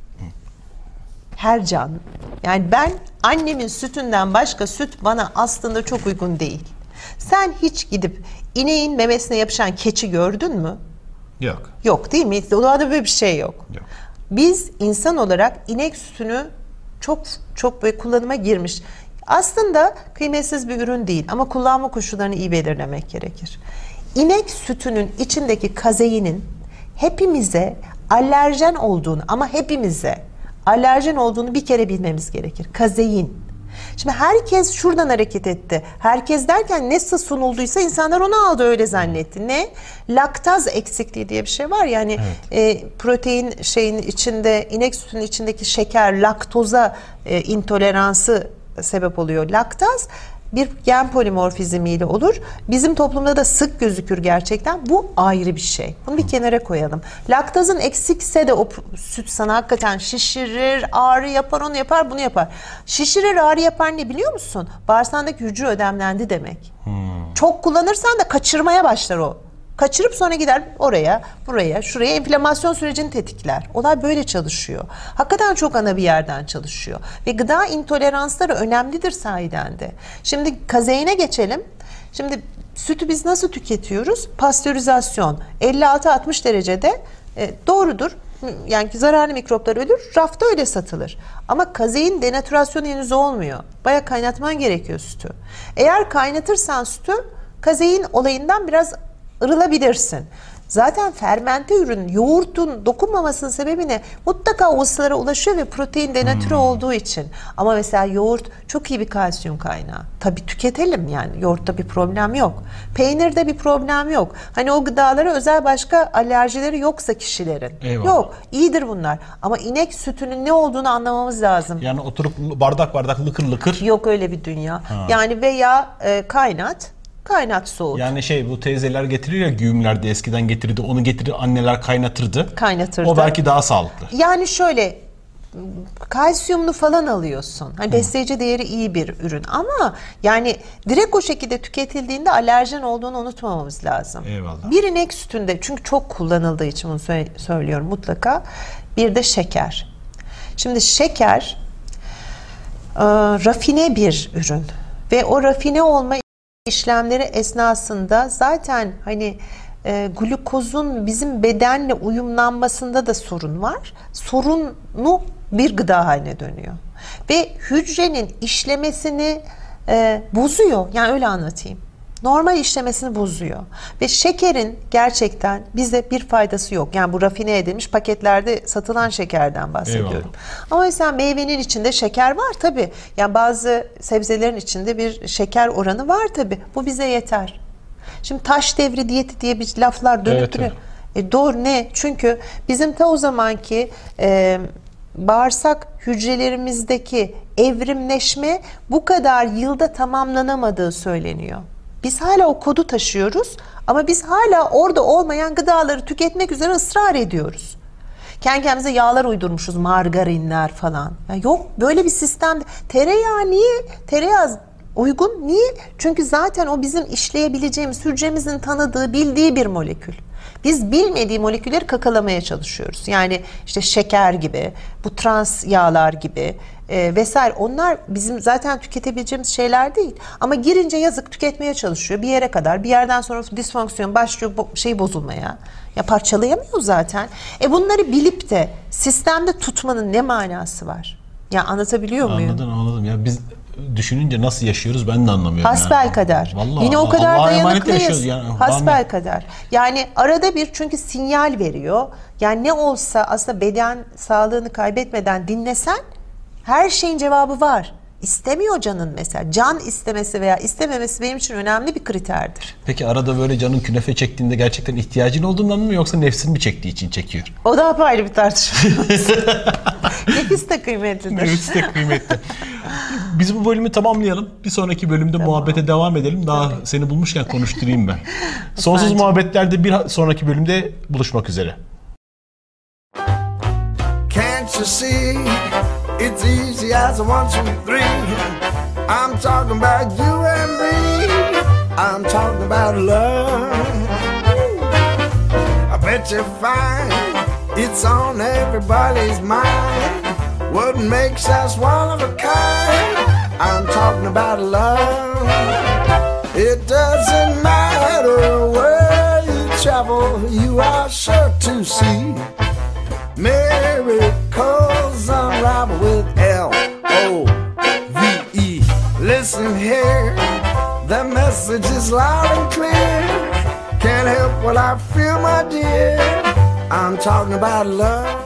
Her canlı. Yani ben annemin sütünden başka süt bana aslında çok uygun değil. Sen hiç gidip ineğin memesine yapışan keçi gördün mü? Yok. Yok değil mi? Doğada böyle bir şey yok. Yok. Biz insan olarak inek sütünü çok çok böyle kullanıma girmiş. Aslında kıymetsiz bir ürün değil ama kullanma koşullarını iyi belirlemek gerekir. İnek sütünün içindeki kazeinin hepimize alerjen olduğunu ama hepimize alerjen olduğunu bir kere bilmemiz gerekir. Kazein. Şimdi herkes şuradan hareket etti. Herkes derken ne sunulduysa insanlar onu aldı, öyle zannetti. Ne? Laktaz eksikliği diye bir şey var. Yani evet. e, protein şeyin içinde, inek sütünün içindeki şeker, laktoza e, intoleransı sebep oluyor. Laktaz bir gen polimorfizmiyle olur. Bizim toplumda da sık gözükür gerçekten. Bu ayrı bir şey. Bunu bir kenara koyalım. Laktazın eksikse de o süt sana hakikaten şişirir, ağrı yapar, onu yapar, bunu yapar. Şişirir, ağrı yapar ne biliyor musun? Bağırsağındaki hücre ödemlendi demek. Hmm. Çok kullanırsan da kaçırmaya başlar o. Kaçırıp sonra gider oraya, buraya, şuraya enflamasyon sürecini tetikler. Olay böyle çalışıyor. Hakikaten çok ana bir yerden çalışıyor. Ve gıda intoleransları önemlidir sahiden de. Şimdi kazeine geçelim. Şimdi sütü biz nasıl tüketiyoruz? Pastörizasyon. elli altı altmış derecede e, doğrudur. Yani zararlı mikroplar ölür, rafta öyle satılır. Ama kazein denatürasyonu henüz olmuyor. Bayağı kaynatman gerekiyor sütü. Eğer kaynatırsan sütü, kazein olayından biraz ırılabilirsin. Zaten fermente ürün, yoğurtun dokunmamasının sebebi ne? Mutlaka o ısılara ulaşıyor ve protein denatüre hmm. olduğu için. Ama mesela yoğurt çok iyi bir kalsiyum kaynağı. Tabii tüketelim yani. Yoğurtta bir problem yok. Peynirde bir problem yok. Hani o gıdalara özel başka alerjileri yoksa kişilerin. Eyvallah. Yok. İyidir bunlar. Ama inek sütünün ne olduğunu anlamamız lazım. Yani oturup bardak bardak lıkır lıkır. Yok öyle bir dünya. Ha. Yani veya e, kaynat. Kaynat soğut. Yani şey, bu teyzeler getiriyor ya, güğümlerde eskiden getirirdi. Onu getirir anneler kaynatırdı. Kaynatırdı. O belki daha sağlıklı. Yani şöyle kalsiyumlu falan alıyorsun. Hani besleyici değeri iyi bir ürün ama yani direkt o şekilde tüketildiğinde alerjen olduğunu unutmamamız lazım. Eyvallah. Bir inek sütünde, çünkü çok kullanıldığı için bunu söylüyorum mutlaka. Bir de şeker. Şimdi şeker e, rafine bir ürün ve o rafine olma işlemleri esnasında zaten hani e, glukozun bizim bedenle uyumlanmasında da sorun var. Sorunlu bir gıda haline dönüyor. Ve hücrenin işlemesini e, bozuyor. Yani öyle anlatayım. Normal işlemesini bozuyor. Ve şekerin gerçekten bize bir faydası yok. Yani bu rafine edilmiş paketlerde satılan şekerden bahsediyorum. Eyvallah. Ama mesela meyvenin içinde şeker var tabii. Yani bazı sebzelerin içinde bir şeker oranı var tabii. Bu bize yeter. Şimdi taş devri diyeti diye bir laflar dönüp evet, duruyor. E doğru, ne? Çünkü bizim ta o zamanki e, bağırsak hücrelerimizdeki evrimleşme bu kadar yılda tamamlanamadığı söyleniyor. Biz hala o kodu taşıyoruz ama biz hala orada olmayan gıdaları tüketmek üzere ısrar ediyoruz. Kendi kendimize yağlar uydurmuşuz, margarinler falan. Ya yok böyle bir sistem. Tereyağı niye? Tereyağı uygun. Niye? Çünkü zaten o bizim işleyebileceğimiz, hücremizin tanıdığı, bildiği bir molekül. Biz bilmediği molekülleri kakalamaya çalışıyoruz. Yani işte şeker gibi, bu trans yağlar gibi e, vesaire. Onlar bizim zaten tüketebileceğimiz şeyler değil. Ama girince yazık tüketmeye çalışıyor bir yere kadar. Bir yerden sonra disfonksiyon başlıyor bo- şey bozulmaya. Ya parçalayamıyor zaten. E bunları bilip de sistemde tutmanın ne manası var? Ya anlatabiliyor muyum? Anladım anladım. Ya biz düşününce nasıl yaşıyoruz ben de anlamıyorum. Hasbelkader. Vallahi Yine o kadar Allah'a emanet dayanıklıyız. yaşıyoruz yani. Hasbelkader. Yani arada bir çünkü sinyal veriyor. Yani ne olsa aslında beden sağlığını kaybetmeden dinlesen her şeyin cevabı var. İstemiyor canın mesela. Can istemesi veya istememesi benim için önemli bir kriterdir. Peki arada böyle canın künefe çektiğinde gerçekten ihtiyacın olduğundan mı yoksa nefsin mi çektiği için çekiyor? O da apayrı bir tartışma. Nefis de kıymetlidir. Nefis de kıymetli. Biz bu bölümü tamamlayalım. Bir sonraki bölümde tamam. muhabbete devam edelim. Daha Tabii. seni bulmuşken konuşturayım ben. Sonsuz muhabbetlerde bir sonraki bölümde buluşmak üzere. Can't you see it's easy as a one, two, three. I'm talking about you and me. I'm talking about love. I bet you find it's on everybody's mind. What makes us one of a kind? I'm talking about love. It doesn't matter where you travel, you are sure to see miracles unravel with L O V E. Listen here, the message is loud and clear. Can't help what I feel, my dear. I'm talking about love.